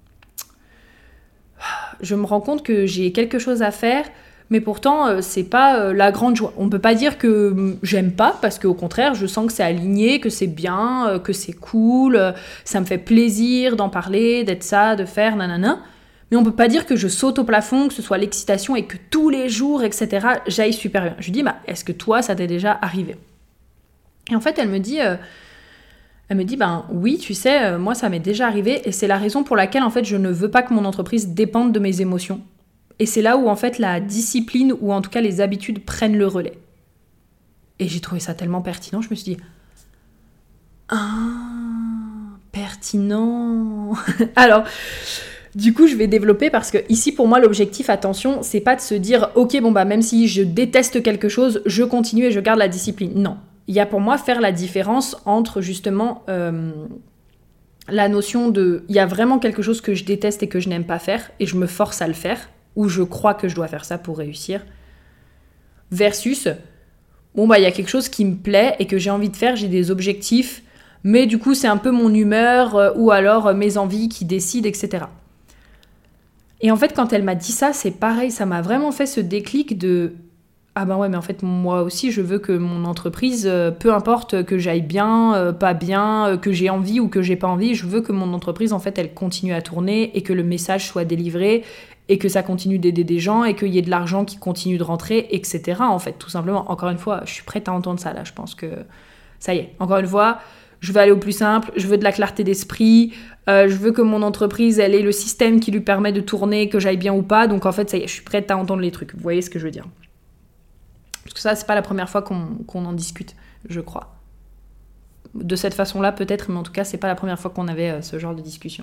je me rends compte que j'ai quelque chose à faire, mais pourtant, euh, c'est pas euh, la grande joie. On peut pas dire que euh, j'aime pas, parce qu'au contraire, je sens que c'est aligné, que c'est bien, euh, que c'est cool, euh, ça me fait plaisir d'en parler, d'être ça, de faire, nanana. Mais on peut pas dire que je saute au plafond, que ce soit l'excitation et que tous les jours, et cetera, j'aille super bien. Je lui dis, bah, est-ce que toi, ça t'est déjà arrivé ? Et en fait, elle me dit... Euh, Elle me dit, ben oui, tu sais, euh, moi, ça m'est déjà arrivé, et c'est la raison pour laquelle, en fait, je ne veux pas que mon entreprise dépende de mes émotions. Et c'est là où, en fait, la discipline, ou en tout cas les habitudes, prennent le relais. Et j'ai trouvé ça tellement pertinent, je me suis dit... Ah, pertinent. Alors, du coup, je vais développer, parce que ici, pour moi, l'objectif, attention, c'est pas de se dire, ok, bon, bah, même si je déteste quelque chose, je continue et je garde la discipline. Non. Il y a pour moi faire la différence entre, justement... Euh, la notion de... Il y a vraiment quelque chose que je déteste et que je n'aime pas faire, et je me force à le faire, où je crois que je dois faire ça pour réussir, versus, bon bah il y a quelque chose qui me plaît et que j'ai envie de faire, j'ai des objectifs, mais du coup c'est un peu mon humeur, euh, ou alors euh, mes envies qui décident, et cetera. Et en fait, quand elle m'a dit ça, c'est pareil, ça m'a vraiment fait ce déclic de... Ah ben ouais, mais en fait, moi aussi, je veux que mon entreprise, euh, peu importe que j'aille bien, euh, pas bien, euh, que j'ai envie ou que j'ai pas envie, je veux que mon entreprise, en fait, elle continue à tourner et que le message soit délivré et que ça continue d'aider des gens et qu'il y ait de l'argent qui continue de rentrer, et cetera. En fait, tout simplement. Encore une fois, je suis prête à entendre ça, là. Je pense que ça y est. Encore une fois, je veux aller au plus simple, je veux de la clarté d'esprit, euh, je veux que mon entreprise, elle ait le système qui lui permet de tourner, que j'aille bien ou pas. Donc, en fait, ça y est, je suis prête à entendre les trucs. Vous voyez ce que je veux dire ? Parce que ça, c'est pas la première fois qu'on, qu'on en discute, je crois. De cette façon-là, peut-être, mais en tout cas, c'est pas la première fois qu'on avait euh, ce genre de discussion.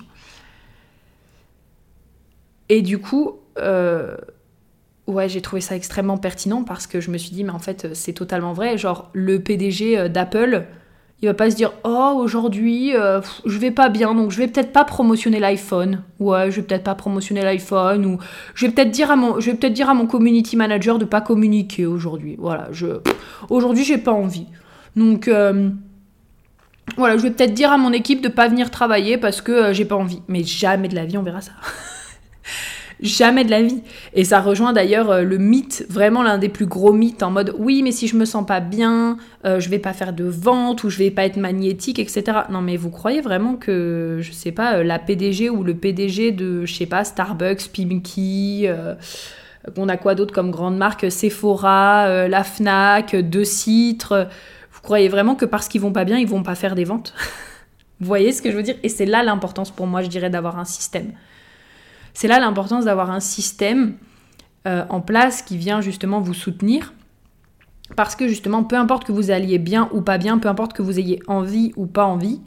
Et du coup, euh, ouais, j'ai trouvé ça extrêmement pertinent parce que je me suis dit, mais en fait, c'est totalement vrai. Genre, le P D G d'Apple, il va pas se dire, oh, aujourd'hui, euh, je vais pas bien, donc je vais peut-être pas promotionner l'iPhone. Ouais, je vais peut-être pas promotionner l'iPhone, ou je vais peut-être dire à mon, je vais peut-être dire à mon community manager de pas communiquer aujourd'hui. Voilà, je, aujourd'hui, j'ai pas envie. Donc, euh, voilà, je vais peut-être dire à mon équipe de pas venir travailler parce que euh, j'ai pas envie. Mais jamais de la vie, on verra ça. Jamais de la vie. Et ça rejoint d'ailleurs euh, le mythe, vraiment l'un des plus gros mythes en mode oui, mais si je me sens pas bien, euh, je vais pas faire de vente ou je vais pas être magnétique, et cetera. Non, mais vous croyez vraiment que, je sais pas, euh, la P D G ou le P D G de, je sais pas, Starbucks, Pimki, euh, on a quoi d'autre comme grande marque, Sephora, euh, la Fnac, De Citre, vous croyez vraiment que parce qu'ils vont pas bien, ils vont pas faire des ventes? Vous voyez ce que je veux dire? Et c'est là l'importance pour moi, je dirais, d'avoir un système. C'est là l'importance d'avoir un système euh, en place qui vient justement vous soutenir. Parce que justement, peu importe que vous alliez bien ou pas bien, peu importe que vous ayez envie ou pas envie,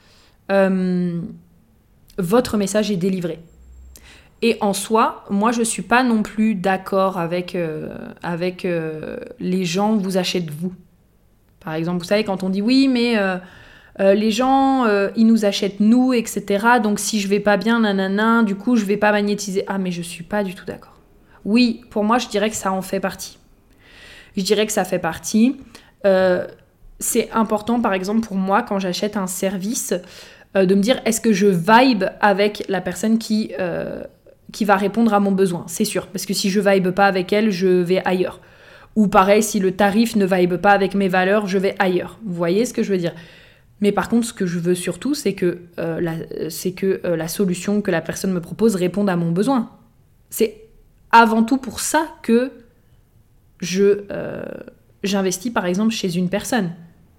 euh, votre message est délivré. Et en soi, moi je ne suis pas non plus d'accord avec, euh, avec euh, les gens vous achètent vous. Par exemple, vous savez, quand on dit oui, mais... Euh, Euh, les gens, euh, ils nous achètent nous, et cetera. Donc si je vais pas bien, nanana, du coup je vais pas magnétiser. Ah mais je suis pas du tout d'accord. Oui, pour moi je dirais que ça en fait partie. Je dirais que ça fait partie. Euh, c'est important par exemple pour moi quand j'achète un service euh, de me dire est-ce que je vibe avec la personne qui, euh, qui va répondre à mon besoin. C'est sûr, parce que si je vibe pas avec elle, je vais ailleurs. Ou pareil, si le tarif ne vibe pas avec mes valeurs, je vais ailleurs. Vous voyez ce que je veux dire ? Mais par contre, ce que je veux surtout, c'est que, euh, la, c'est que euh, la solution que la personne me propose réponde à mon besoin. C'est avant tout pour ça que je, euh, j'investis, par exemple, chez une personne.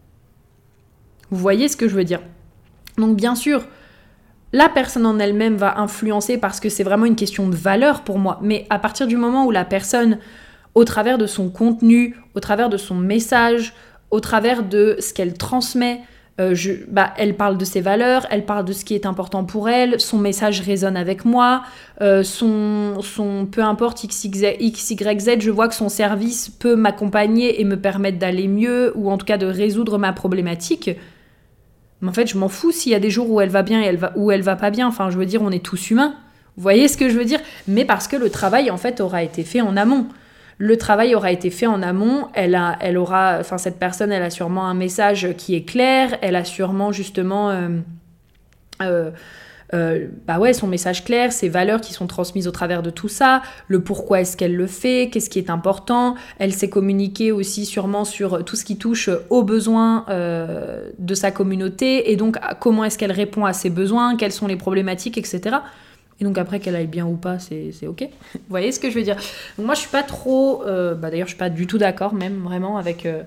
Vous voyez ce que je veux dire ? Donc, bien sûr, la personne en elle-même va influencer parce que c'est vraiment une question de valeur pour moi. Mais à partir du moment où la personne, au travers de son contenu, au travers de son message, au travers de ce qu'elle transmet, Euh, je, bah, elle parle de ses valeurs, elle parle de ce qui est important pour elle, son message résonne avec moi, euh, son, son, peu importe X Y Z, je vois que son service peut m'accompagner et me permettre d'aller mieux, ou en tout cas de résoudre ma problématique. Mais en fait, je m'en fous s'il y a des jours où elle va bien et elle va, où elle va pas bien. Enfin, je veux dire, on est tous humains. Vous voyez ce que je veux dire ? Mais parce que le travail, en fait, aura été fait en amont. Le travail aura été fait en amont, elle a, elle aura, enfin cette personne, elle a sûrement un message qui est clair, elle a sûrement justement, euh, euh, euh, bah ouais, son message clair, ses valeurs qui sont transmises au travers de tout ça, le pourquoi est-ce qu'elle le fait, qu'est-ce qui est important, elle s'est communiquée aussi sûrement sur tout ce qui touche aux besoins euh, de sa communauté, et donc comment est-ce qu'elle répond à ses besoins, quelles sont les problématiques, et cetera. Et donc après, qu'elle aille bien ou pas, c'est, c'est ok. Vous voyez ce que je veux dire ? Donc moi, je suis pas trop... Euh, bah d'ailleurs, je suis pas du tout d'accord, même, vraiment, avec, euh,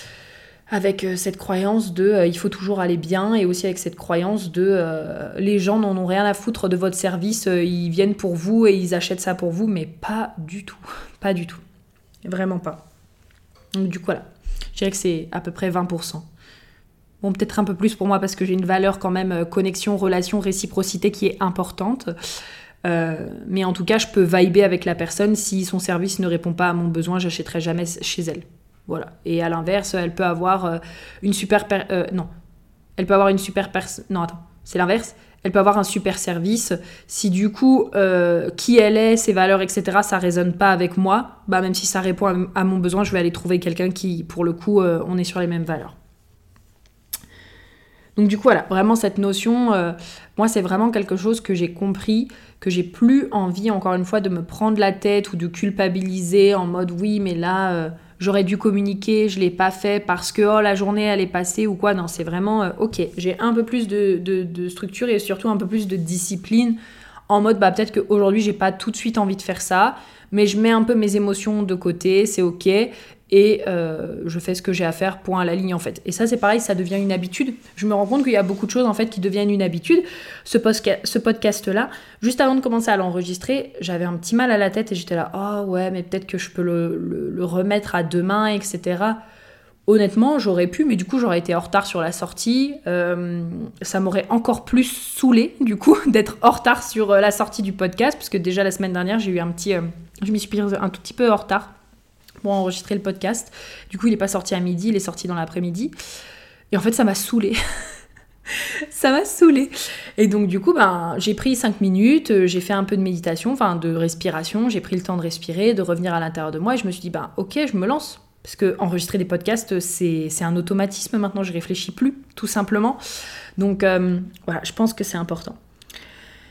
avec euh, cette croyance de euh, il faut toujours aller bien, et aussi avec cette croyance de euh, les gens n'en ont rien à foutre de votre service, euh, ils viennent pour vous et ils achètent ça pour vous, mais pas du tout. Pas du tout. Vraiment pas. Donc du coup, voilà. Je dirais que c'est à peu près vingt pour cent. Bon, peut-être un peu plus pour moi parce que j'ai une valeur quand même euh, connexion, relation, réciprocité qui est importante. Euh, mais en tout cas, je peux vibrer avec la personne. Si son service ne répond pas à mon besoin, j'achèterai jamais chez elle. Voilà. Et à l'inverse, elle peut avoir euh, une super... Per- euh, non. Elle peut avoir une super... Pers- non, attends. C'est l'inverse. Elle peut avoir un super service. Si du coup, euh, qui elle est, ses valeurs, et cetera, ça résonne pas avec moi, bah même si ça répond à, à mon besoin, je vais aller trouver quelqu'un qui, pour le coup, euh, on est sur les mêmes valeurs. Donc du coup, voilà, vraiment cette notion, euh, moi c'est vraiment quelque chose que j'ai compris, que j'ai plus envie, encore une fois, de me prendre la tête ou de culpabiliser en mode oui, mais là, euh, j'aurais dû communiquer, je l'ai pas fait parce que oh, la journée elle est passée ou quoi. Non, c'est vraiment, euh, ok, j'ai un peu plus de, de, de structure et surtout un peu plus de discipline en mode, bah peut-être qu'aujourd'hui j'ai pas tout de suite envie de faire ça, mais je mets un peu mes émotions de côté, c'est ok. Et euh, je fais ce que j'ai à faire, point à la ligne en fait. Et ça c'est pareil, ça devient une habitude. Je me rends compte qu'il y a beaucoup de choses en fait qui deviennent une habitude. Ce, posca- ce podcast-là, juste avant de commencer à l'enregistrer, j'avais un petit mal à la tête et j'étais là, oh ouais, mais peut-être que je peux le, le, le remettre à demain, et cetera. Honnêtement, j'aurais pu, mais du coup j'aurais été en retard sur la sortie. Euh, ça m'aurait encore plus saoulée du coup d'être en retard sur la sortie du podcast, parce que déjà la semaine dernière j'ai eu un petit, euh, je m'y suis pris un tout petit peu en retard pour enregistrer le podcast. Du coup, il n'est pas sorti à midi, il est sorti dans l'après-midi. Et en fait, ça m'a saoulée. ça m'a saoulée. Et donc, du coup, ben, j'ai pris cinq minutes, j'ai fait un peu de méditation, enfin de respiration, j'ai pris le temps de respirer, de revenir à l'intérieur de moi, et je me suis dit, ben, ok, je me lance. Parce que enregistrer des podcasts, c'est, c'est un automatisme maintenant, je réfléchis plus, tout simplement. Donc, euh, voilà, je pense que c'est important.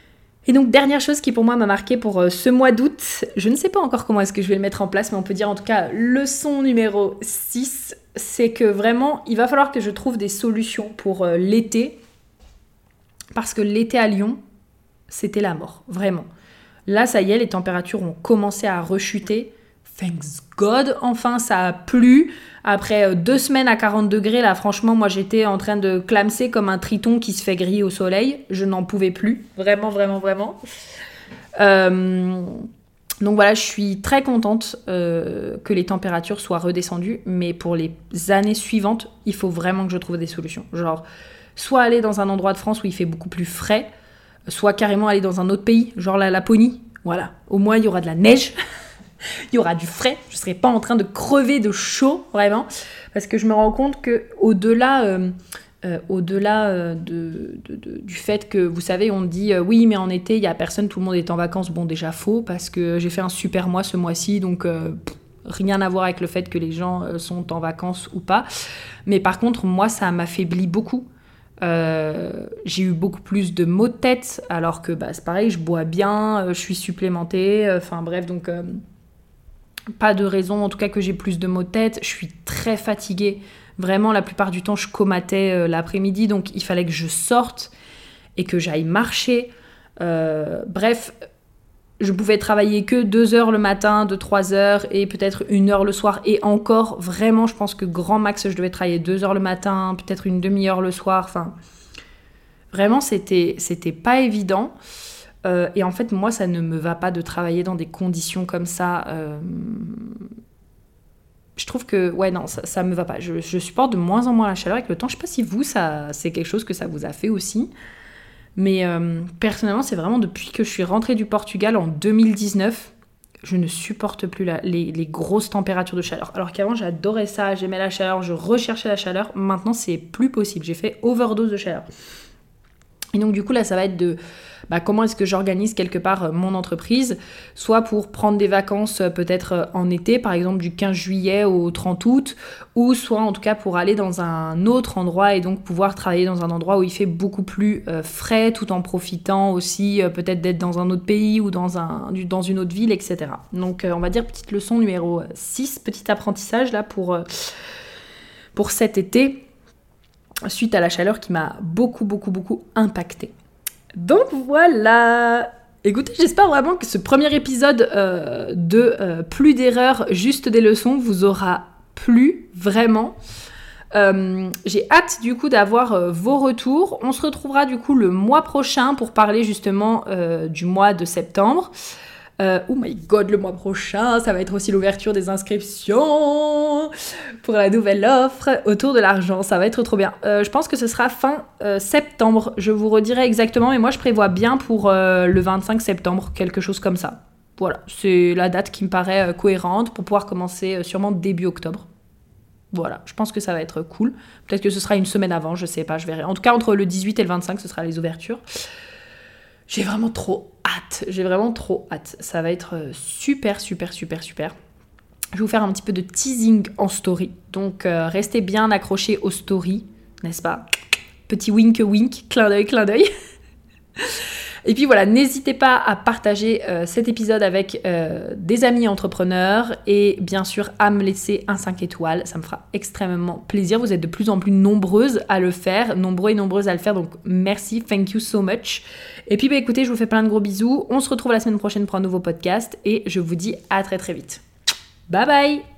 Et donc, dernière chose qui pour moi m'a marqué pour euh, ce mois d'août, je ne sais pas encore comment est-ce que je vais le mettre en place, mais on peut dire en tout cas leçon numéro six, c'est que vraiment, il va falloir que je trouve des solutions pour euh, l'été, parce que l'été à Lyon, c'était la mort, vraiment. Là, ça y est, les températures ont commencé à rechuter. Thanks God, enfin, ça a plu. Après deux semaines à quarante degrés, là, franchement, moi, j'étais en train de clamser comme un triton qui se fait griller au soleil. Je n'en pouvais plus. Vraiment, vraiment, vraiment. Euh, donc voilà, je suis très contente euh, que les températures soient redescendues. Mais pour les années suivantes, il faut vraiment que je trouve des solutions. Genre, soit aller dans un endroit de France où il fait beaucoup plus frais, soit carrément aller dans un autre pays, genre la Laponie. Voilà, au moins, il y aura de la neige. Il y aura du frais, je ne serai pas en train de crever de chaud, vraiment, parce que je me rends compte qu'au-delà euh, euh, au-delà euh, de, de, de, du fait que, vous savez, on dit euh, oui, mais en été, il n'y a personne, tout le monde est en vacances. Bon, déjà faux, parce que j'ai fait un super mois ce mois-ci, donc euh, pff, rien à voir avec le fait que les gens euh, sont en vacances ou pas. Mais par contre, moi, ça m'affaiblit beaucoup. Euh, j'ai eu beaucoup plus de maux de tête, alors que bah, c'est pareil, je bois bien, euh, je suis supplémentée, enfin euh, bref, donc... Euh, pas de raison, en tout cas, que j'ai plus de maux de tête. Je suis très fatiguée. Vraiment, la plupart du temps, je comatais euh, l'après-midi. Donc, il fallait que je sorte et que j'aille marcher. Euh, bref, je pouvais travailler que deux heures le matin, deux, trois heures et peut-être une heure le soir. Et encore, vraiment, je pense que grand max, je devais travailler deux heures le matin, peut-être une demi-heure le soir. Enfin, vraiment, c'était, c'était pas évident. Euh, et en fait, moi, ça ne me va pas de travailler dans des conditions comme ça. Euh... Je trouve que, ouais, non, ça, ça me va pas. Je, je supporte de moins en moins la chaleur avec le temps. Je sais pas si vous, ça, c'est quelque chose que ça vous a fait aussi. Mais euh, personnellement, c'est vraiment depuis que je suis rentrée du Portugal en deux mille dix-neuf, je ne supporte plus la, les, les grosses températures de chaleur. Alors qu'avant, j'adorais ça, j'aimais la chaleur, je recherchais la chaleur. Maintenant, c'est plus possible. J'ai fait overdose de chaleur. Et donc, du coup, là, ça va être de... Bah, comment est-ce que j'organise quelque part euh, mon entreprise, soit pour prendre des vacances euh, peut-être euh, en été, par exemple du quinze juillet au trente août, ou soit en tout cas pour aller dans un autre endroit et donc pouvoir travailler dans un endroit où il fait beaucoup plus euh, frais, tout en profitant aussi euh, peut-être d'être dans un autre pays ou dans, un, dans une autre ville, et cetera. Donc euh, on va dire petite leçon numéro six, petit apprentissage là pour, euh, pour cet été, suite à la chaleur qui m'a beaucoup beaucoup beaucoup impactée. Donc voilà. Écoutez, j'espère vraiment que ce premier épisode euh, de euh, Plus d'erreurs, juste des leçons vous aura plu, vraiment. Euh, j'ai hâte du coup d'avoir euh, vos retours. On se retrouvera du coup le mois prochain pour parler justement euh, du mois de septembre. Euh, oh my god, le mois prochain, ça va être aussi l'ouverture des inscriptions pour la nouvelle offre autour de l'argent. Ça va être trop bien. Euh, je pense que ce sera fin euh, septembre. Je vous redirai exactement, mais moi je prévois bien pour euh, le vingt-cinq septembre, quelque chose comme ça. Voilà, c'est la date qui me paraît euh, cohérente pour pouvoir commencer euh, sûrement début octobre. Voilà, je pense que ça va être cool. Peut-être que ce sera une semaine avant, je sais pas, je verrai. En tout cas, entre le dix-huit et le vingt-cinq, ce sera les ouvertures. J'ai vraiment trop hâte, j'ai vraiment trop hâte. Ça va être super, super, super, super. Je vais vous faire un petit peu de teasing en story. Donc, euh, restez bien accrochés aux stories, n'est-ce pas ? Petit wink wink, clin d'œil, clin d'œil. Et puis voilà, n'hésitez pas à partager euh, cet épisode avec euh, des amis entrepreneurs et bien sûr à me laisser un cinq étoiles. Ça me fera extrêmement plaisir. Vous êtes de plus en plus nombreuses à le faire, nombreux et nombreuses à le faire. Donc merci, thank you so much. Et puis bah, écoutez, je vous fais plein de gros bisous. On se retrouve la semaine prochaine pour un nouveau podcast et je vous dis à très très vite. Bye bye!